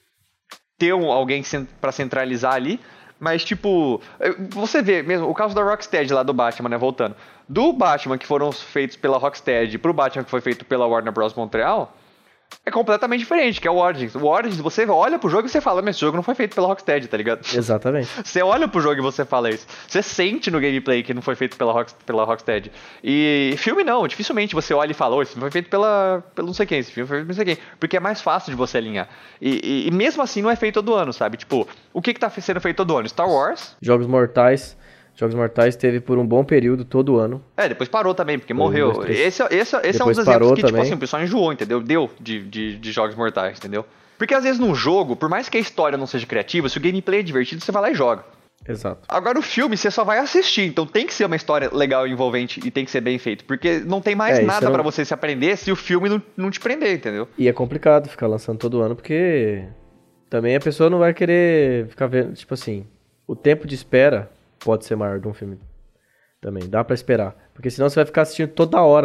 ter alguém pra centralizar ali, mas, tipo, você vê mesmo, o caso da Rocksteady lá do Batman, né, voltando. Do Batman que foram feitos pela Rocksteady pro Batman que foi feito pela Warner Bros. Montreal, é completamente diferente, que é o Origins. O Origins, você olha pro jogo e você fala, mas esse jogo não foi feito pela Rocksteady, tá ligado? Exatamente. Você olha pro jogo e você fala isso. Você sente no gameplay que não foi feito pela Rocksteady. E filme não, dificilmente você olha e fala, esse filme foi feito pelo não sei quem, esse filme foi feito pelo não sei quem. Porque é mais fácil de você alinhar. E mesmo assim não é feito todo ano, sabe? Tipo, o que tá sendo feito todo ano? Star Wars. Jogos Mortais teve por um bom período todo ano. Depois parou também, porque morreu. Esse é um dos exemplos que, tipo assim, o pessoal enjoou, entendeu? Deu de Jogos Mortais, entendeu? Porque às vezes num jogo, por mais que a história não seja criativa, se o gameplay é divertido, você vai lá e joga. Exato. Agora o filme você só vai assistir, então tem que ser uma história legal e envolvente e tem que ser bem feito, porque não tem mais nada pra você se aprender se o filme não te prender, entendeu? E é complicado ficar lançando todo ano, porque também a pessoa não vai querer ficar vendo, tipo assim, o tempo de espera pode ser maior de um filme também, dá pra esperar, porque senão você vai ficar assistindo toda hora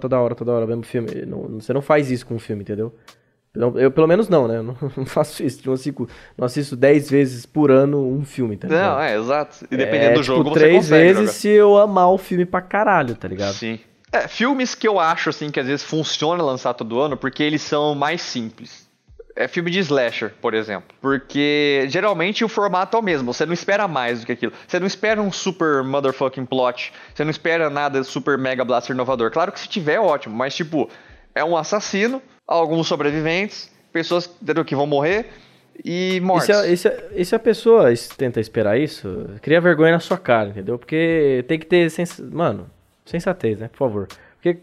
o mesmo filme, você não faz isso com um filme, entendeu? Eu pelo menos não, né? Eu não faço isso. Não assisto 10 vezes por ano um filme, tá ligado? Não, exato. E dependendo do jogo, você 3 consegue vezes jogar. se eu amar o filme pra caralho, tá ligado? Sim. Filmes que eu acho, assim, que às vezes funciona lançar todo ano, porque eles são mais simples. Filme de slasher, por exemplo. Porque geralmente o formato é o mesmo. Você não espera mais do que aquilo. Você não espera um super motherfucking plot. Você não espera nada super mega blaster inovador. Claro que se tiver é ótimo, mas tipo, é um assassino, alguns sobreviventes, pessoas que vão morrer e mortes. E se a pessoa tenta esperar isso, cria vergonha na sua cara, entendeu? Porque tem que ter, sensatez, né? Por favor. Porque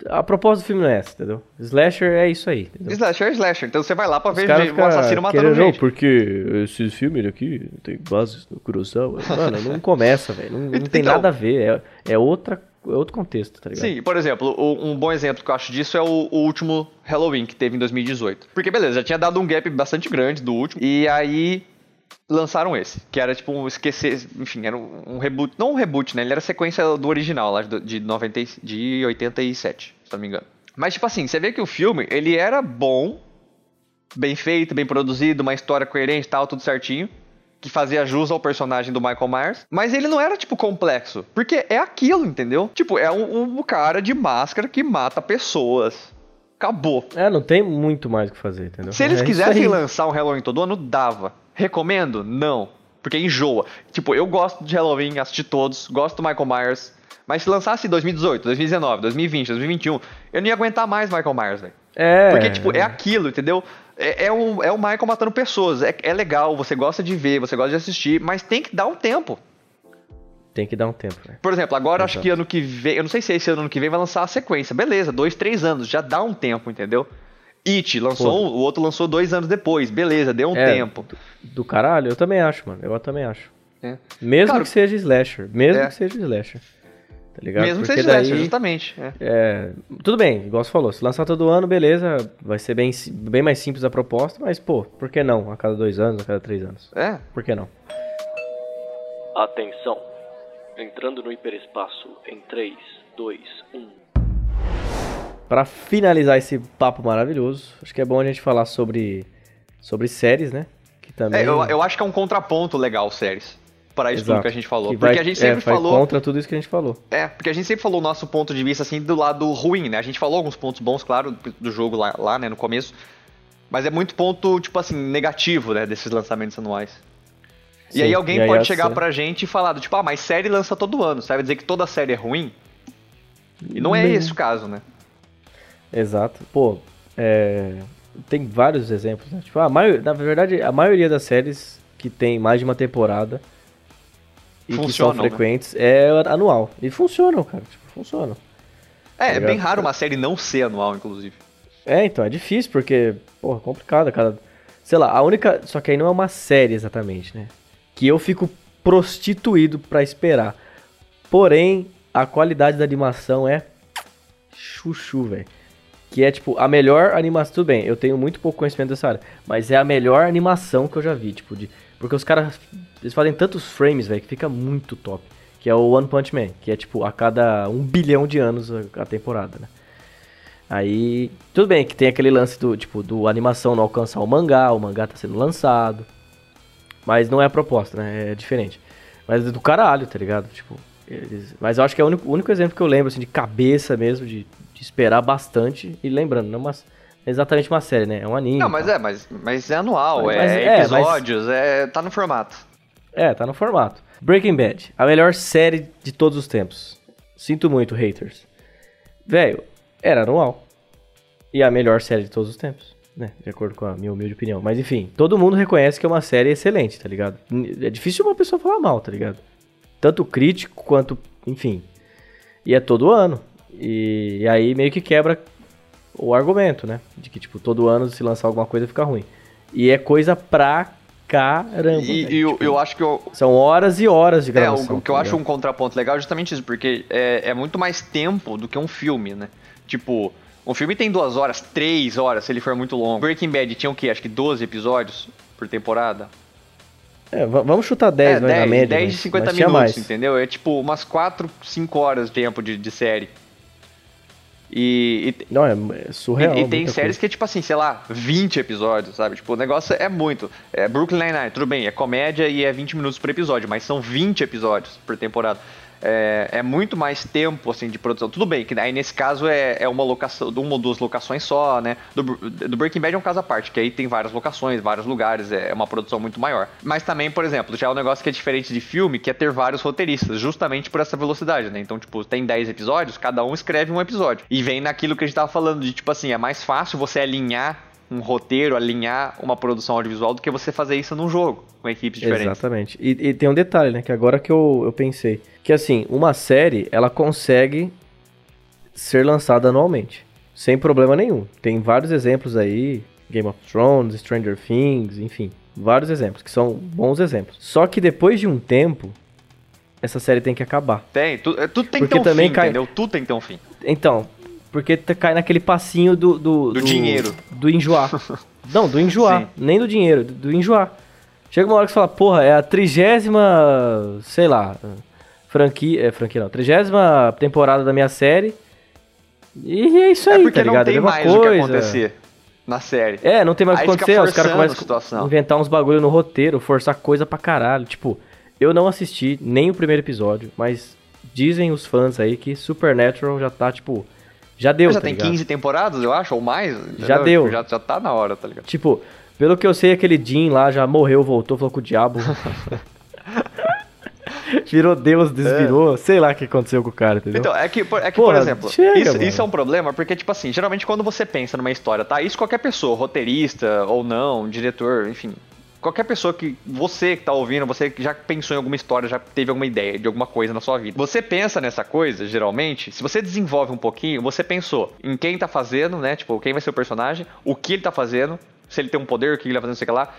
A proposta do filme não é essa, entendeu? Slasher é isso aí, entendeu? Slasher é slasher. Então você vai lá pra ver o assassino matando gente. Porque esse filme aqui tem bases no Kurosawa. Mano, não começa, velho. Não tem nada a ver. É outro contexto, tá ligado? Sim, por exemplo, um bom exemplo que eu acho disso é o último Halloween que teve em 2018. Porque, beleza, já tinha dado um gap bastante grande do último. E aí lançaram esse, que era tipo um esquecer, enfim, era um reboot, não um reboot, né? Ele era a sequência do original lá de 87, se não me engano. Mas tipo assim, você vê que o filme, ele era bom, bem feito, bem produzido, uma história coerente, tal, tudo certinho, que fazia jus ao personagem do Michael Myers, mas ele não era tipo complexo, porque é aquilo, entendeu? Tipo, é um cara de máscara que mata pessoas. Acabou. Não tem muito mais o que fazer, entendeu? Se eles quisessem lançar um Halloween todo ano, dava. Recomendo? Não. Porque enjoa. Tipo, eu gosto de Halloween, assisti todos, gosto do Michael Myers. Mas se lançasse 2018, 2019, 2020, 2021, eu não ia aguentar mais Michael Myers, velho. Porque, tipo, é aquilo, entendeu? É o Michael matando pessoas. É legal, você gosta de ver, você gosta de assistir, mas tem que dar um tempo. Tem que dar um tempo, velho. Por exemplo, agora acho que ano que vem, eu não sei se esse ano que vem vai lançar a sequência. Beleza, 2, 3 anos, já dá um tempo, entendeu? It lançou o outro lançou 2 anos depois. Beleza, deu um tempo. Do caralho, eu também acho, mano. Eu também acho. Mesmo que seja slasher. Mesmo que seja slasher. Tá ligado? Mesmo que seja slasher, justamente. Tudo bem, igual você falou. Se lançar todo ano, beleza. Vai ser bem mais simples a proposta. Mas, pô, por que não? A cada 2 anos, a cada 3 anos. Por que não? Atenção. Entrando no hiperespaço em 3, 2, 1... Pra finalizar esse papo maravilhoso, acho que é bom a gente falar sobre séries, né? Que também... eu acho que é um contraponto legal, séries. Para isso tudo que a gente falou. Porque a gente sempre falou... contra tudo isso que a gente falou. Porque a gente sempre falou o nosso ponto de vista, assim, do lado ruim, né? A gente falou alguns pontos bons, claro, do jogo lá, né, no começo. Mas é muito ponto, tipo assim, negativo, né, desses lançamentos anuais. Sim, e aí alguém pode chegar pra gente e falar, tipo, mas série lança todo ano. Você vai dizer que toda série é ruim? E não é esse o caso, né? Exato. Pô, tem vários exemplos, né? Tipo, na verdade, a maioria das séries que tem mais de uma temporada e que são frequentes, né? É anual. E funcionam, cara. Tipo, funcionam. É bem raro uma série não ser anual, inclusive. Então, é difícil, porque, porra, complicado. Sei lá, a única... Só que aí não é uma série exatamente, né? Que eu fico prostituído pra esperar. Porém, a qualidade da animação é chuchu, velho. Que é, tipo, a melhor animação... Tudo bem, eu tenho muito pouco conhecimento dessa área. Mas é a melhor animação que eu já vi, tipo... Porque os caras... Eles fazem tantos frames, velho, que fica muito top. Que é o One Punch Man. Que é, tipo, a cada 1 bilhão de anos a temporada, né? Aí... Tudo bem que tem aquele lance do animação não alcançar o mangá tá sendo lançado. Mas não é a proposta, né? É diferente. Mas é do caralho, tá ligado? Tipo... Mas eu acho que é o único exemplo que eu lembro, assim, de cabeça mesmo, de esperar bastante. E lembrando, não é exatamente uma série, né? É um anime. Não, mas é anual, episódios, tá no formato. Tá no formato. Breaking Bad, a melhor série de todos os tempos. Sinto muito, haters. Velho, era anual. E a melhor série de todos os tempos, né? De acordo com a minha humilde opinião. Mas enfim, todo mundo reconhece que é uma série excelente, tá ligado? É difícil uma pessoa falar mal, tá ligado? Tanto crítico quanto, enfim. E é todo ano. E aí meio que quebra o argumento, né? De que, tipo, todo ano se lançar alguma coisa fica ruim. E é coisa pra caramba. E eu acho que... São horas e horas de gravação. O que eu acho um contraponto legal é justamente isso, porque é muito mais tempo do que um filme, né? Tipo, um filme tem 2 horas, 3 horas, se ele for muito longo. Breaking Bad tinha o quê? Acho que 12 episódios por temporada. Vamos chutar 10, né, na média. 10 de 50 minutos, mais. Entendeu? É tipo umas 4, 5 horas de tempo de série. Não, é surreal. E tem séries que é tipo assim, sei lá, 20 episódios, sabe? Tipo, o negócio é muito. Brooklyn Nine-Nine, tudo bem, é comédia e é 20 minutos por episódio, mas são 20 episódios por temporada. É muito mais tempo, assim, de produção. Tudo bem, que aí nesse caso é uma locação, uma ou 2 locações só, né? Do Breaking Bad é um caso à parte, que aí tem várias locações, vários lugares, é uma produção muito maior. Mas também, por exemplo, já é um negócio que é diferente de filme, que é ter vários roteiristas, justamente por essa velocidade, né? Então, tipo, tem 10 episódios, cada um escreve um episódio. E vem naquilo que a gente tava falando, de tipo assim, é mais fácil você alinhar um roteiro, alinhar uma produção audiovisual do que você fazer isso num jogo, com equipes diferentes. Exatamente. E tem um detalhe, né, que agora que eu pensei, que assim, uma série, ela consegue ser lançada anualmente, sem problema nenhum. Tem vários exemplos aí, Game of Thrones, Stranger Things, enfim, vários exemplos, que são bons exemplos. Só que depois de um tempo, essa série tem que acabar. Tudo tem que ter um fim, entendeu? Tudo tem que ter um fim. Então, porque cai naquele passinho do dinheiro. Do enjoar. Não, do enjoar, Sim. nem do dinheiro, do enjoar. Chega uma hora que você fala, porra, é a 30ª, sei lá, franquia não, 30ª temporada da minha série. E é isso aí, porque tá ligado? não tem mais o que acontecer na série. Não tem mais o que acontecer, os caras começam a inventar uns bagulho no roteiro, forçar coisa pra caralho. Tipo, eu não assisti nem o primeiro episódio, mas dizem os fãs aí que Supernatural já tá, tipo, já deu, já tá tem ligado? 15 temporadas, eu acho, ou mais. Já deu. Já tá na hora, tá ligado? Tipo, pelo que eu sei, aquele Jim lá já morreu, voltou, falou com o diabo. Virou Deus, desvirou, sei lá o que aconteceu com o cara, entendeu? Então, é que Porra, por exemplo, chega, isso é um problema, porque, tipo assim, geralmente quando você pensa numa história, tá? Isso qualquer pessoa, roteirista ou não, diretor, enfim, qualquer pessoa você que tá ouvindo, você que já pensou em alguma história, já teve alguma ideia de alguma coisa na sua vida. Você pensa nessa coisa, geralmente, se você desenvolve um pouquinho, você pensou em quem tá fazendo, né? Tipo, quem vai ser o personagem, o que ele tá fazendo, se ele tem um poder, o que ele vai fazer, não sei o que lá,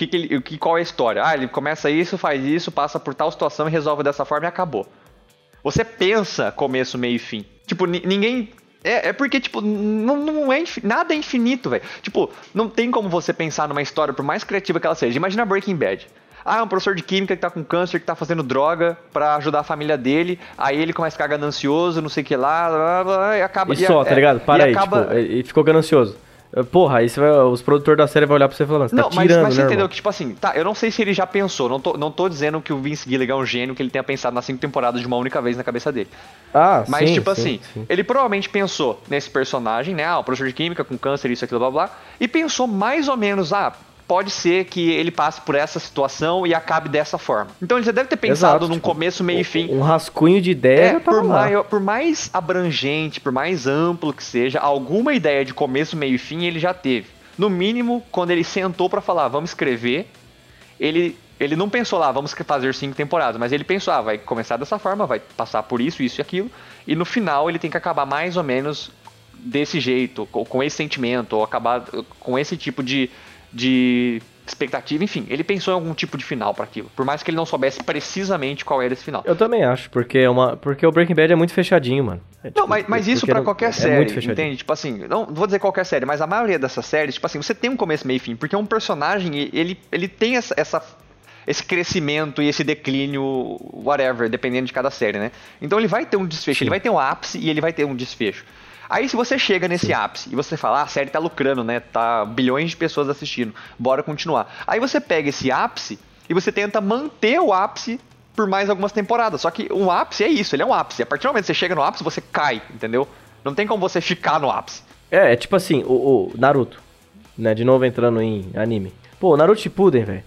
e qual é a história. Ele começa isso, faz isso, passa por tal situação e resolve dessa forma e acabou. Você pensa começo, meio e fim. Tipo, ninguém... É porque, tipo, não é nada é infinito, velho. Tipo, não tem como você pensar numa história, por mais criativa que ela seja. Imagina Breaking Bad. É um professor de química que tá com câncer, que tá fazendo droga pra ajudar a família dele. Aí ele começa a ficar ganancioso, não sei o que lá, blá, blá, blá, e acaba... E só, tá ligado? Para aí, acaba... tipo, e ficou ganancioso. Porra, aí os produtores da série vão olhar pra você e falar, você tá tirando, mas você né, entendeu irmão? que, tipo assim, tá, eu não sei se ele já pensou, não tô dizendo que o Vince Gilligan é um gênio, que ele tenha pensado nas 5 temporadas de uma única vez na cabeça dele. Mas, sim, tipo sim, assim, sim. ele provavelmente pensou nesse personagem, né, o professor de química com câncer, isso, aquilo, blá, blá, e pensou mais ou menos, pode ser que ele passe por essa situação e acabe dessa forma. Então ele já deve ter pensado Exato, num tipo, começo, meio e fim. Um rascunho de ideia já tava lá. Por mais abrangente, por mais amplo que seja, alguma ideia de começo, meio e fim ele já teve. No mínimo, quando ele sentou pra falar, vamos escrever, ele não pensou lá, vamos fazer 5 temporadas, mas ele pensou, vai começar dessa forma, vai passar por isso e aquilo, e no final ele tem que acabar mais ou menos desse jeito, com esse sentimento, ou acabar com esse tipo de expectativa, enfim, ele pensou em algum tipo de final pra aquilo, por mais que ele não soubesse precisamente qual era esse final. Eu também acho, porque o Breaking Bad é muito fechadinho, mano. Não, mas isso pra qualquer série, muito entende? Tipo assim, não vou dizer qualquer série, mas a maioria dessas séries, tipo assim, você tem um começo, meio e fim, porque um personagem, ele tem esse crescimento e esse declínio, whatever, dependendo de cada série, né? Então ele vai ter um desfecho, Sim. ele vai ter um ápice e ele vai ter um desfecho. Aí se você chega nesse ápice e você fala, a série tá lucrando, né? Tá bilhões de pessoas assistindo, bora continuar. Aí você pega esse ápice e você tenta manter o ápice por mais algumas temporadas. Só que um ápice é isso, ele é um ápice. A partir do momento que você chega no ápice, você cai, entendeu? Não tem como você ficar no ápice. É tipo assim, o Naruto, né? De novo entrando em anime. Pô, o Naruto Shippuden, velho.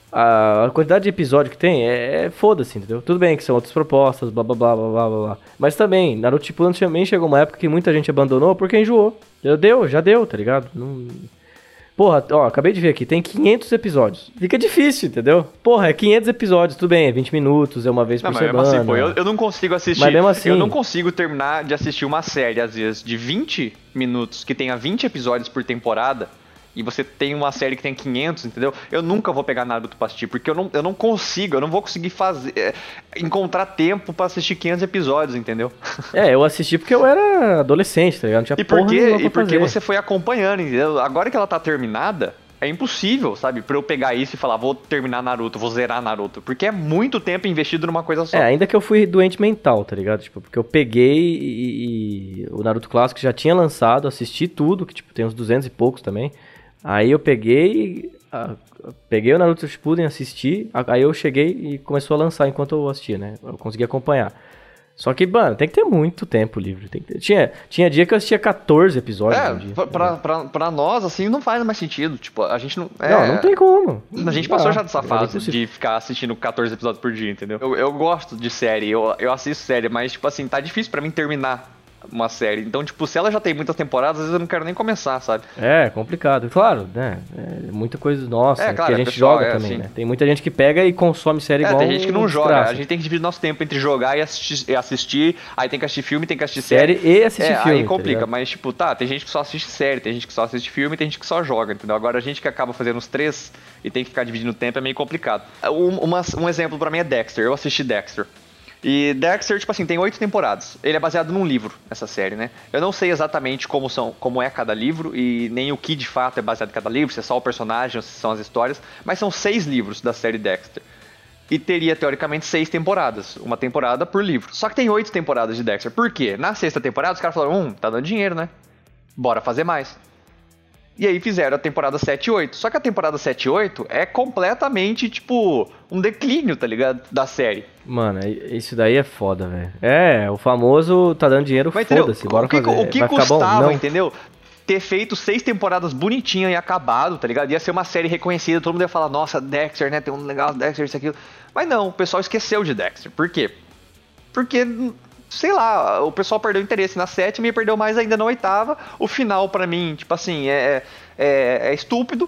A quantidade de episódio que tem foda-se, entendeu? Tudo bem que são outras propostas, blá blá blá blá blá blá. Mas também, Naruto Shippuden também chegou uma época que muita gente abandonou porque enjoou. Já deu, tá ligado? Não... Porra, acabei de ver aqui, tem 500 episódios. Fica difícil, entendeu? Porra, é 500 episódios, tudo bem, é 20 minutos, é uma vez por semana. Mas mesmo assim, pô, eu não consigo assistir. Mas mesmo assim... Eu não consigo terminar de assistir uma série, às vezes, de 20 minutos, que tenha 20 episódios por temporada, e você tem uma série que tem 500, entendeu? Eu nunca vou pegar Naruto pra assistir, porque eu não vou conseguir encontrar tempo pra assistir 500 episódios, entendeu? Eu assisti porque eu era adolescente, tá ligado? Não tinha porra nenhuma pra porque fazer. você foi acompanhando, entendeu? Agora que ela tá terminada, é impossível, sabe? Pra eu pegar isso e falar, vou terminar Naruto, vou zerar Naruto, porque é muito tempo investido numa coisa só. Ainda que eu fui doente mental, tá ligado? Tipo, porque eu peguei e o Naruto clássico já tinha lançado, assisti tudo, que tipo, tem uns 200 e poucos também. Aí eu peguei o Naruto Shippuden, assisti, aí eu cheguei e começou a lançar enquanto eu assistia, né? Eu consegui acompanhar. Só que, mano, tem que ter muito tempo livre. Tinha dia que eu assistia 14 episódios no dia. Pra nós, assim, não faz mais sentido. Tipo, a gente não... Não tem como. A gente passou já dessa fase de ficar assistindo 14 episódios por dia, entendeu? Eu gosto de série, eu assisto série, mas, tipo assim, tá difícil pra mim terminar uma série. Então, tipo, se ela já tem muitas temporadas, às vezes eu não quero nem começar, sabe? É complicado. Claro, né? É muita coisa nossa, claro, que a gente pessoal, joga também, assim. né? Tem muita gente que pega e consome série igual Tem gente que não joga. desgraça. A gente tem que dividir nosso tempo entre jogar e assistir. Aí tem que assistir filme, tem que assistir série. Série e assistir filme. Aí complica, tá ligado? mas tipo, tem gente que só assiste série, tem gente que só assiste filme, tem gente que só joga, entendeu? Agora a gente que acaba fazendo os três e tem que ficar dividindo o tempo é meio complicado. Um exemplo pra mim é Dexter. Eu assisti Dexter. E Dexter, tipo assim, tem 8 temporadas. Ele é baseado num livro, essa série, né? Eu não sei exatamente como é cada livro e nem o que de fato é baseado em cada livro, se é só o personagem ou se são as histórias, mas são 6 livros da série Dexter. E teria, teoricamente, 6 temporadas. Uma temporada por livro. Só que tem 8 temporadas de Dexter. Por quê? Na 6ª temporada, os caras falaram, tá dando dinheiro, né? Bora fazer mais. E aí fizeram a temporada 7 e 8. Só que a temporada 7 e 8 é completamente, tipo, um declínio, tá ligado? Da série. Mano, isso daí é foda, velho. É, o famoso tá dando dinheiro, foda-se, bora fazer. O que vai ficar custava, bom? Não. entendeu? Ter feito 6 temporadas bonitinhas e acabado, tá ligado? Ia ser uma série reconhecida, todo mundo ia falar, nossa, Dexter, né? Tem um legal Dexter, isso, aquilo. Mas não, o pessoal esqueceu de Dexter. Por quê? Porque, sei lá, o pessoal perdeu interesse na 7ª e perdeu mais ainda na 8ª. O final, pra mim, tipo assim, é estúpido.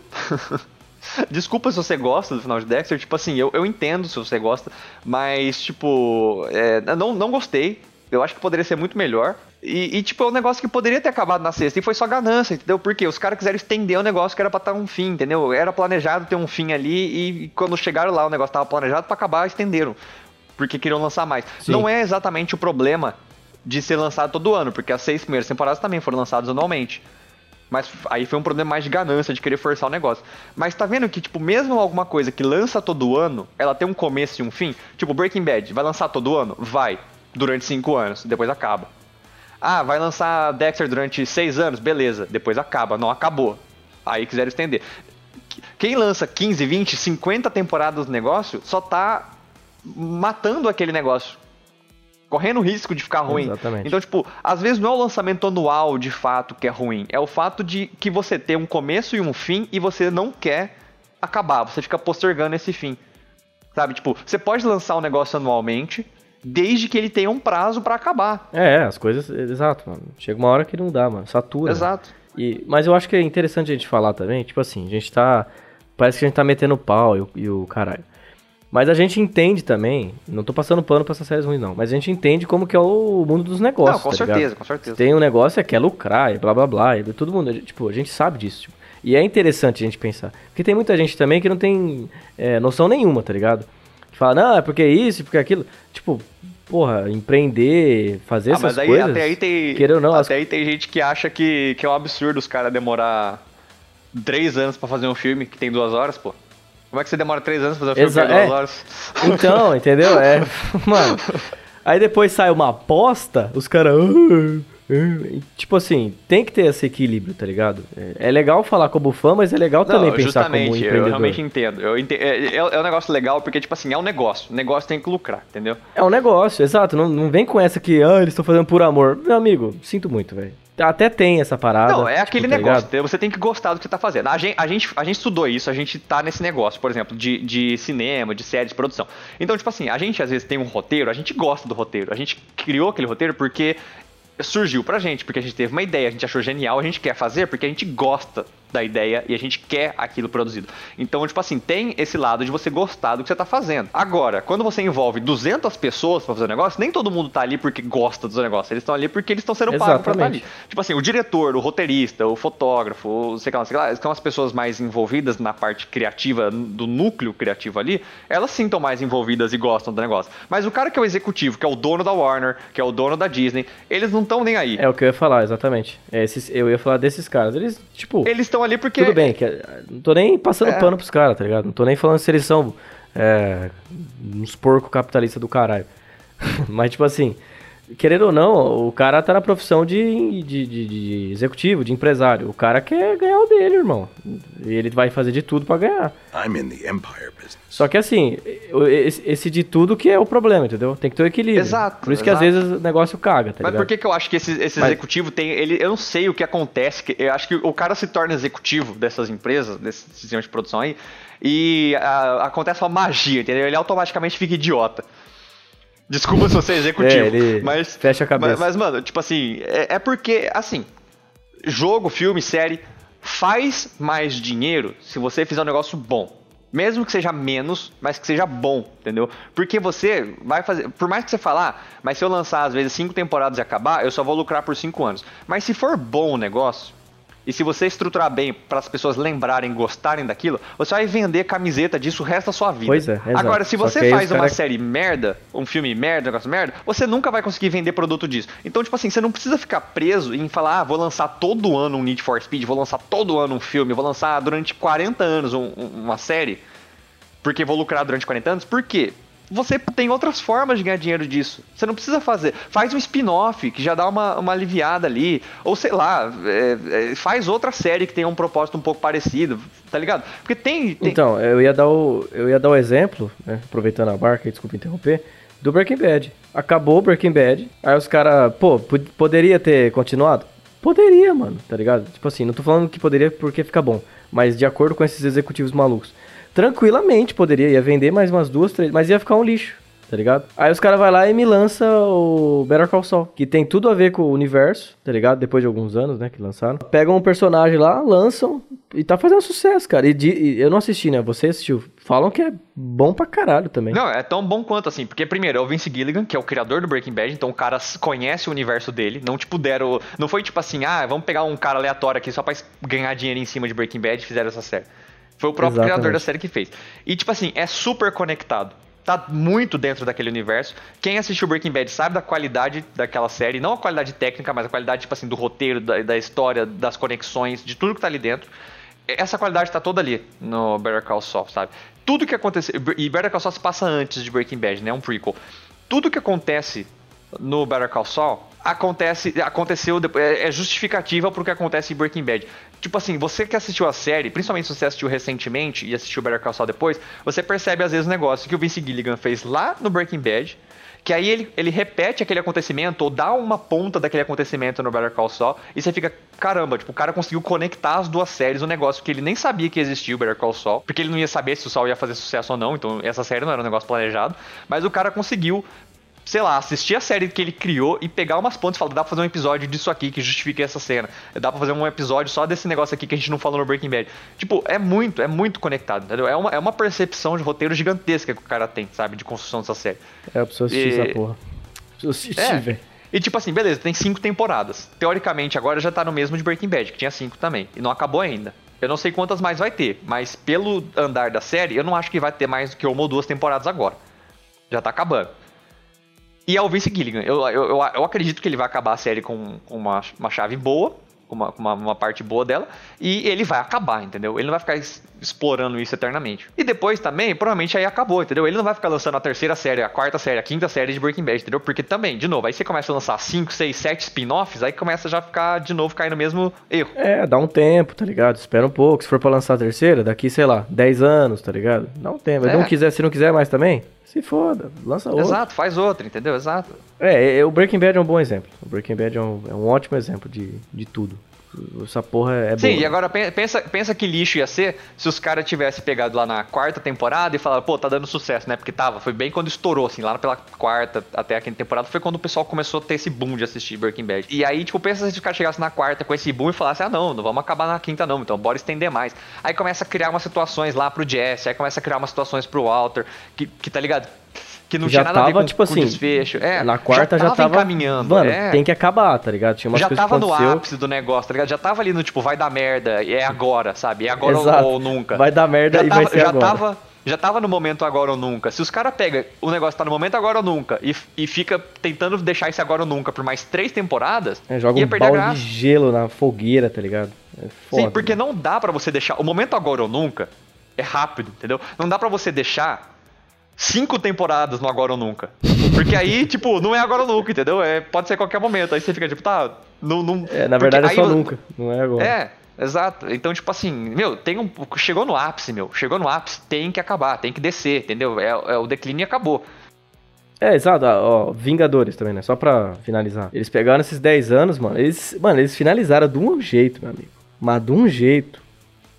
Desculpa se você gosta do final de Dexter, tipo assim, eu entendo se você gosta, mas, tipo, não gostei. Eu acho que poderia ser muito melhor. E, tipo, é um negócio que poderia ter acabado na 6ª e foi só ganância, entendeu? Porque os caras quiseram estender o negócio que era pra estar um fim, entendeu? Era planejado ter um fim ali e quando chegaram lá o negócio tava planejado pra acabar, estenderam. Porque queriam lançar mais. Sim. Não é exatamente o problema de ser lançado todo ano, porque as 6 primeiras temporadas também foram lançadas anualmente. Mas aí foi um problema mais de ganância, de querer forçar o negócio. Mas tá vendo que, tipo, mesmo alguma coisa que lança todo ano, ela tem um começo e um fim? Tipo, Breaking Bad, vai lançar todo ano? Vai. Durante 5 anos, depois acaba. Ah, vai lançar Dexter durante 6 anos? Beleza, depois acaba. Não, acabou. Aí quiseram estender. Quem lança 15, 20, 50 temporadas do negócio, só tá matando aquele negócio. Correndo o risco de ficar ruim. Exatamente. Então, tipo, às vezes não é o lançamento anual de fato que é ruim. É o fato de que você tem um começo e um fim e você não quer acabar. Você fica postergando esse fim. Sabe? Tipo, você pode lançar um negócio anualmente, desde que ele tenha um prazo pra acabar. As coisas... Exato, mano. Chega uma hora que não dá, mano. Satura. Exato. Mas eu acho que é interessante a gente falar também, tipo assim, a gente tá... Parece que a gente tá metendo pau e o caralho. Mas a gente entende também, não tô passando pano pra essas séries ruins não, mas a gente entende como que é o mundo dos negócios, Não, com tá certeza, ligado? com certeza. Tem um negócio que é lucrar e blá blá blá, e todo mundo, tipo, a gente sabe disso, tipo. E é interessante a gente pensar, porque tem muita gente também que não tem noção nenhuma, tá ligado? Que fala, não, é porque isso, porque aquilo, tipo... Porra, empreender, fazer essas mas aí, coisas... até aí tem, querer ou não, aí tem gente que acha que é um absurdo os caras demorar 3 anos pra fazer um filme que tem 2 horas, pô. Como é que você demora 3 anos pra fazer um filme que tem 2 horas? Então, entendeu? Mano, aí depois sai uma aposta, os caras... Tipo assim, tem que ter esse equilíbrio, tá ligado? É legal falar como fã, mas é legal também pensar como empreendedor. Eu realmente entendo. É um negócio legal porque, tipo assim, é um negócio. O negócio tem que lucrar, entendeu? É um negócio, exato. Não vem com essa que, eles estão fazendo por amor. Meu amigo, sinto muito, velho. Até tem essa parada. Não, é aquele tá negócio. ligado? Você tem que gostar do que você tá fazendo. A gente estudou isso, a gente tá nesse negócio, por exemplo, de cinema, de série, de produção. Então, tipo assim, a gente às vezes tem um roteiro, a gente gosta do roteiro. A gente criou aquele roteiro porque surgiu pra gente, porque a gente teve uma ideia, a gente achou genial, a gente quer fazer porque a gente gosta da ideia e a gente quer aquilo produzido. Então, tipo assim, tem esse lado de você gostar do que você tá fazendo. Agora, quando você envolve 200 pessoas pra fazer o negócio, nem todo mundo tá ali porque gosta do negócio, eles estão ali porque eles estão sendo pagos pra estar ali. Tipo assim, o diretor, o roteirista, o fotógrafo, o sei lá, são as pessoas mais envolvidas na parte criativa, do núcleo criativo ali, elas sim estão mais envolvidas e gostam do negócio. Mas o cara que é o executivo, que é o dono da Warner, que é o dono da Disney, eles não estão nem aí. É o que eu ia falar, exatamente. Eu ia falar desses caras. Eles, tipo... Eles estão ali porque... Tudo bem, não tô nem passando pano pros caras, tá ligado? Não tô nem falando se eles são uns porcos capitalistas do caralho. Mas, tipo assim, querendo ou não, o cara tá na profissão de executivo, de empresário. O cara quer ganhar o dele, irmão. E ele vai fazer de tudo pra ganhar. I'm in the empire business. Só que assim, esse de tudo que é o problema, entendeu? Tem que ter o equilíbrio. Exato. Por isso que às vezes o negócio caga, tá ligado? Mas por que eu acho que esse executivo tem... eu não sei o que acontece. Eu acho que o cara se torna executivo dessas empresas, desse sistema de produção aí, e acontece uma magia, entendeu? Ele automaticamente fica idiota. Desculpa se você é executivo, ele mas... fecha a cabeça. Mas, mano, tipo assim, é porque, assim, jogo, filme, série, faz mais dinheiro se você fizer um negócio bom. Mesmo que seja menos, mas que seja bom, entendeu? Porque você vai fazer... Por mais que você falar, mas se eu lançar, às vezes, 5 temporadas e acabar, eu só vou lucrar por 5 anos. Mas se for bom o negócio, e se você estruturar bem para as pessoas lembrarem, gostarem daquilo, você vai vender camiseta disso o resto da sua vida. Pois é, exato. Agora, se Só você que aí faz os uma cara- série merda, um filme merda, um negócio merda, você nunca vai conseguir vender produto disso. Então, tipo assim, você não precisa ficar preso em falar, vou lançar todo ano um Need for Speed, vou lançar todo ano um filme, vou lançar durante 40 anos uma série, porque vou lucrar durante 40 anos. Por quê? Você tem outras formas de ganhar dinheiro disso. Você não precisa fazer. Faz um spin-off que já dá uma aliviada ali. Ou sei lá, faz outra série que tenha um propósito um pouco parecido, tá ligado? Porque tem... Então, eu ia dar o exemplo, né, aproveitando a barca, desculpa interromper, do Breaking Bad. Acabou o Breaking Bad, aí os caras, poderia ter continuado? Poderia, mano, tá ligado? Tipo assim, não tô falando que poderia porque fica bom, mas de acordo com esses executivos malucos, tranquilamente ia vender mais umas 2, 3, mas ia ficar um lixo, tá ligado? Aí os caras vai lá e me lança o Better Call Saul, que tem tudo a ver com o universo, tá ligado? Depois de alguns anos, né, que lançaram. Pegam um personagem lá, lançam e tá fazendo sucesso, cara. E eu não assisti, né? Você assistiu. Falam que é bom pra caralho também. Não, é tão bom quanto assim, porque primeiro é o Vince Gilligan, que é o criador do Breaking Bad, então o cara conhece o universo dele, não tipo deram, não foi tipo assim, vamos pegar um cara aleatório aqui só pra ganhar dinheiro em cima de Breaking Bad e fizeram essa série. Foi o próprio criador da série que fez. E tipo assim, é super conectado. Tá muito dentro daquele universo. Quem assistiu Breaking Bad sabe da qualidade daquela série, não a qualidade técnica, mas a qualidade tipo assim do roteiro, da história, das conexões, de tudo que tá ali dentro. Essa qualidade tá toda ali no Better Call Saul, sabe? Tudo que aconteceu... E Better Call Saul se passa antes de Breaking Bad, né? É um prequel. Tudo que acontece no Better Call Saul aconteceu depois, é justificativa pro que acontece em Breaking Bad. Tipo assim, você que assistiu a série, principalmente se você assistiu recentemente e assistiu Better Call Saul depois, você percebe às vezes o negócio que o Vince Gilligan fez lá no Breaking Bad, que aí ele repete aquele acontecimento ou dá uma ponta daquele acontecimento no Better Call Saul e você fica, caramba, tipo, o cara conseguiu conectar as duas séries, um negócio que ele nem sabia que existia, o Better Call Saul, porque ele não ia saber se o Saul ia fazer sucesso ou não, então essa série não era um negócio planejado, mas o cara conseguiu, sei lá, assistir a série que ele criou e pegar umas pontas e falar, dá pra fazer um episódio disso aqui que justifique essa cena. Dá pra fazer um episódio só desse negócio aqui que a gente não falou no Breaking Bad. Tipo, é muito conectado, entendeu? É uma percepção de roteiro gigantesca que o cara tem, sabe? De construção dessa série. Eu preciso assistir essa porra. Preciso assistir, velho. E tipo assim, beleza, tem 5 temporadas. Teoricamente agora já tá no mesmo de Breaking Bad, que tinha 5 também. E não acabou ainda. Eu não sei quantas mais vai ter, mas pelo andar da série, eu não acho que vai ter mais do que 1 ou 2 temporadas agora. Já tá acabando. E é o Vince Gilligan. Eu acredito que ele vai acabar a série com uma chave boa, com uma parte boa dela, e ele vai acabar, entendeu? Ele não vai ficar explorando isso eternamente. E depois também, provavelmente aí acabou, entendeu? Ele não vai ficar lançando a 3ª série, a 4ª série, a 5ª série de Breaking Bad, entendeu? Porque também, de novo, aí você começa a lançar 5, 6, 7 spin-offs, aí começa já a ficar, de novo, cair no mesmo erro. Dá um tempo, tá ligado? Espera um pouco. Se for pra lançar a 3ª, daqui, sei lá, 10 anos, tá ligado? Dá um tempo. Se não quiser mais também, se foda, lança outra. Exato, faz outra, entendeu? Exato. O Breaking Bad é um bom exemplo. O Breaking Bad é um ótimo exemplo de tudo. Essa porra é boa. Sim, e agora pensa que lixo ia ser se os caras tivessem pegado lá na 4ª temporada e falaram, pô, tá dando sucesso, né? Porque foi bem quando estourou, assim, lá pela 4ª até a 5ª temporada, foi quando o pessoal começou a ter esse boom de assistir Breaking Bad. E aí, tipo, pensa se os caras chegassem na 4ª com esse boom e falassem, não vamos acabar na 5ª não, então bora estender mais. Aí começa a criar umas situações lá pro Jesse, aí começa a criar umas situações pro Walter, que tá ligado? Que não já tinha nada tava, a ver tipo com assim, desfecho. Na 4ª já tava encaminhando. Mano, tem que acabar, tá ligado? Tinha umas já coisas tava que no aconteceu. ápice do negócio, tá ligado? Já tava ali no tipo, vai dar merda, e é agora, sabe? É agora ou nunca. Vai dar merda vai ser agora. Já tava no momento agora ou nunca. Se os caras pegam o negócio tá no momento agora ou nunca e fica tentando deixar esse agora ou nunca por mais 3 temporadas, joga ia um perder balde de gelo na fogueira, tá ligado? É foda, sim, porque não dá pra você deixar... O momento agora ou nunca é rápido, entendeu? Não dá pra você deixar 5 temporadas no agora ou nunca. Porque aí, tipo, não é agora ou nunca, entendeu? Pode ser qualquer momento. Aí você fica tipo, tá... Não, na verdade é só nunca, não é agora. Exato. Então, tipo assim, chegou no ápice, chegou no ápice, tem que acabar, tem que descer, entendeu? O declínio e acabou. Exato, Vingadores também, né? Só pra finalizar. Eles pegaram esses 10 anos, mano, eles finalizaram de um jeito, meu amigo. Mas de um jeito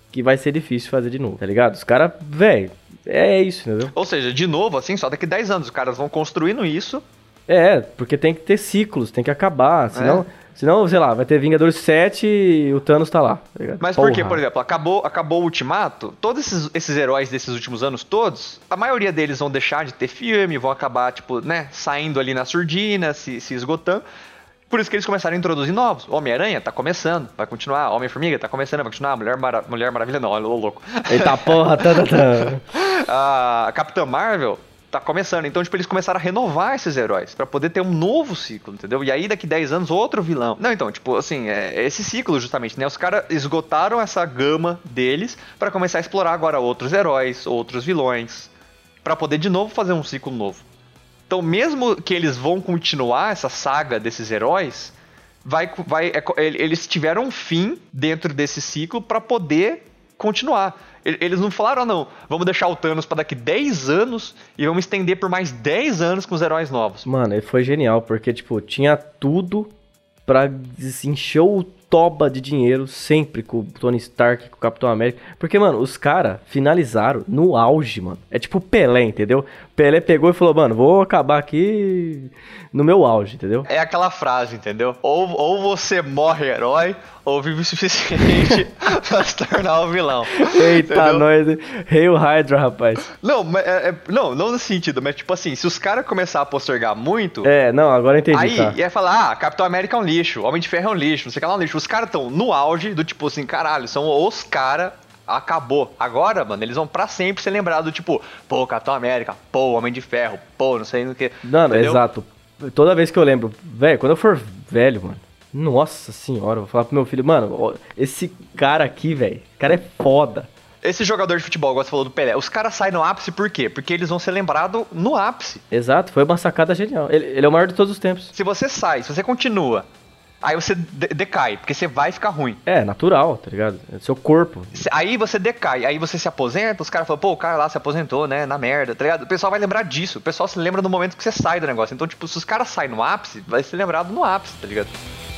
que vai ser difícil fazer de novo, tá ligado? Os caras, velho, é isso, entendeu? Ou seja, de novo, assim, só daqui 10 anos os caras vão construindo isso. Porque tem que ter ciclos, tem que acabar, senão, sei lá, vai ter Vingadores 7 e o Thanos tá lá, tá ligado? Mas por quê? Por exemplo, acabou o Ultimato, todos esses heróis desses últimos anos todos, a maioria deles vão deixar de ter filme, vão acabar, tipo, né, saindo ali na surdina, se esgotando. Por isso que eles começaram a introduzir novos. Homem-Aranha tá começando, vai continuar. Homem-Formiga tá começando, vai continuar. Mulher Maravilha não, olha o louco. Eita porra, A Capitã Marvel tá começando. Então, tipo, eles começaram a renovar esses heróis pra poder ter um novo ciclo, entendeu? E aí, daqui 10 anos, outro vilão. Não, então, tipo, assim, é esse ciclo, justamente, né? Os caras esgotaram essa gama deles pra começar a explorar agora outros heróis, outros vilões, pra poder, de novo, fazer um ciclo novo. Então, mesmo que eles vão continuar essa saga desses heróis, eles tiveram um fim dentro desse ciclo pra poder continuar. Eles não falaram, não, vamos deixar o Thanos pra daqui 10 anos e vamos estender por mais 10 anos com os heróis novos. Mano, ele foi genial, porque, tipo, tinha tudo pra encher o toba de dinheiro sempre com o Tony Stark, com o Capitão América. Porque, mano, os caras finalizaram no auge, mano. É tipo Pelé, entendeu? Pelé pegou e falou, mano, vou acabar aqui no meu auge, entendeu? É aquela frase, entendeu? Ou você morre herói, ou vive o suficiente pra se tornar um vilão. Eita, nós, Hail Hydra, rapaz. Não, não nesse sentido, mas tipo assim, se os caras começarem a postergar muito... não, agora eu entendi, aí tá. ia falar, Capitão América é um lixo, Homem de Ferro é um lixo, não sei o que lá é um lixo. Os caras estão no auge do tipo assim, caralho, são os caras... Acabou. Agora, mano, eles vão pra sempre ser lembrados do tipo, pô, Capitão América, pô, Homem de Ferro, pô, não sei o que. Mano, exato. Toda vez que eu lembro, velho, quando eu for velho, mano, nossa senhora, eu vou falar pro meu filho, mano, ó, esse cara aqui, velho, cara é foda. Esse jogador de futebol, igual você falou do Pelé, os caras saem no ápice por quê? Porque eles vão ser lembrados no ápice. Exato, foi uma sacada genial. Ele é o maior de todos os tempos. Se você sai, se você continua, aí você decai, porque você vai ficar ruim. É, natural, tá ligado? É seu corpo. Aí você decai, aí você se aposenta, os caras falam, pô, o cara lá se aposentou, né, na merda, tá ligado? O pessoal vai lembrar disso, o pessoal se lembra no momento que você sai do negócio. Então, tipo, se os caras saem no ápice, vai ser lembrado no ápice, tá ligado?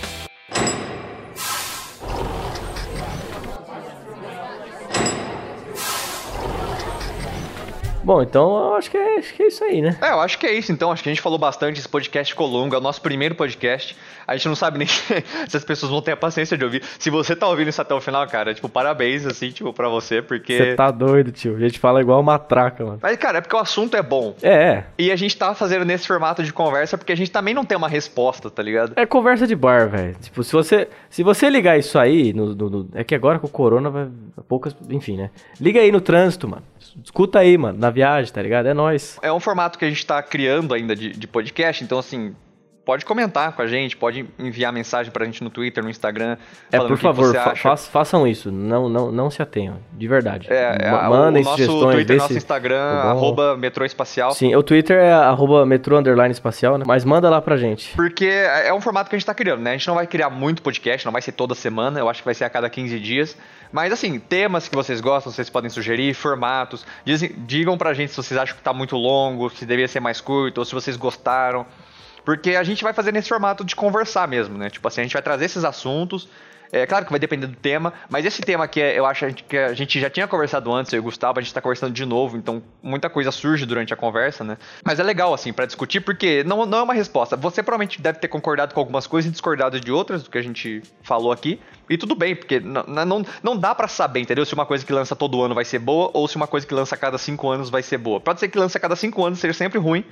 Bom, então eu acho que é isso aí, né? Eu acho que é isso, então. Acho que a gente falou bastante, esse podcast ficou longo, é o nosso primeiro podcast. A gente não sabe nem se as pessoas vão ter a paciência de ouvir. Se você tá ouvindo isso até o final, cara, tipo, parabéns, assim, tipo, pra você, porque... Você tá doido, tio. A gente fala igual matraca, mano. Mas, cara, é porque o assunto é bom. É. E a gente tá fazendo nesse formato de conversa porque a gente também não tem uma resposta, tá ligado? É conversa de bar, velho. Tipo, se você ligar isso aí, é que agora com o corona vai poucas... Enfim, né? Liga aí no trânsito, mano. Escuta aí, mano, na viagem, tá ligado? É nóis. É um formato que a gente tá criando ainda de podcast, então assim, pode comentar com a gente, pode enviar mensagem pra gente no Twitter, no Instagram. Por favor, façam isso, não se atenham, de verdade. Mandem sugestões. Nosso Twitter, nosso Instagram, @metroespacial. Sim, o Twitter é @metro_espacial, né? Mas manda lá pra gente. Porque é um formato que a gente tá criando, né? A gente não vai criar muito podcast, não vai ser toda semana, eu acho que vai ser a cada 15 dias. Mas assim, temas que vocês gostam, vocês podem sugerir, formatos. Digam pra gente se vocês acham que tá muito longo, se deveria ser mais curto, ou se vocês gostaram. Porque a gente vai fazer nesse formato de conversar mesmo, né? Tipo assim, a gente vai trazer esses assuntos. É claro que vai depender do tema, mas esse tema aqui, eu acho que a gente já tinha conversado antes, eu e o Gustavo, a gente tá conversando de novo, então muita coisa surge durante a conversa, né? Mas é legal, assim, pra discutir, porque não é uma resposta. Você provavelmente deve ter concordado com algumas coisas e discordado de outras do que a gente falou aqui, e tudo bem, porque não dá pra saber, entendeu? Se uma coisa que lança todo ano vai ser boa, ou se uma coisa que lança a cada 5 anos vai ser boa. Pode ser que lança a cada 5 anos seja sempre ruim,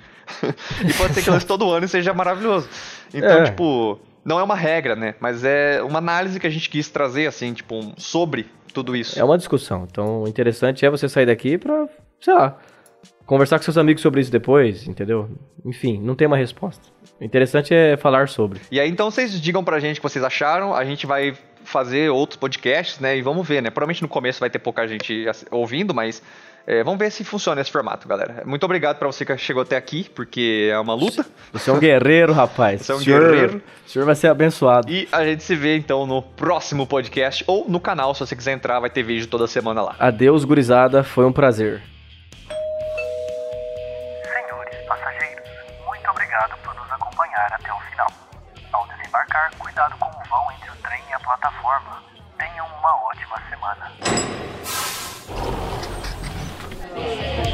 e pode ser que lance todo ano e seja maravilhoso. Então, tipo... Não é uma regra, né? Mas é uma análise que a gente quis trazer, assim, tipo, sobre tudo isso. É uma discussão. Então, o interessante é você sair daqui pra, sei lá, conversar com seus amigos sobre isso depois, entendeu? Enfim, não tem uma resposta. O interessante é falar sobre. E aí, então, vocês digam pra gente o que vocês acharam. A gente vai fazer outros podcasts, né? E vamos ver, né? Provavelmente no começo vai ter pouca gente ouvindo, mas... vamos ver se funciona esse formato, galera. Muito obrigado pra você que chegou até aqui, porque é uma luta. Você é um guerreiro, rapaz. Você é um guerreiro. O senhor vai ser abençoado. E a gente se vê, então, no próximo podcast ou no canal, se você quiser entrar, vai ter vídeo toda semana lá. Adeus, gurizada. Foi um prazer. Senhores passageiros, muito obrigado por nos acompanhar até o final. Ao desembarcar, cuidado com o vão entre o trem e a plataforma. Tenha tenham uma ótima semana.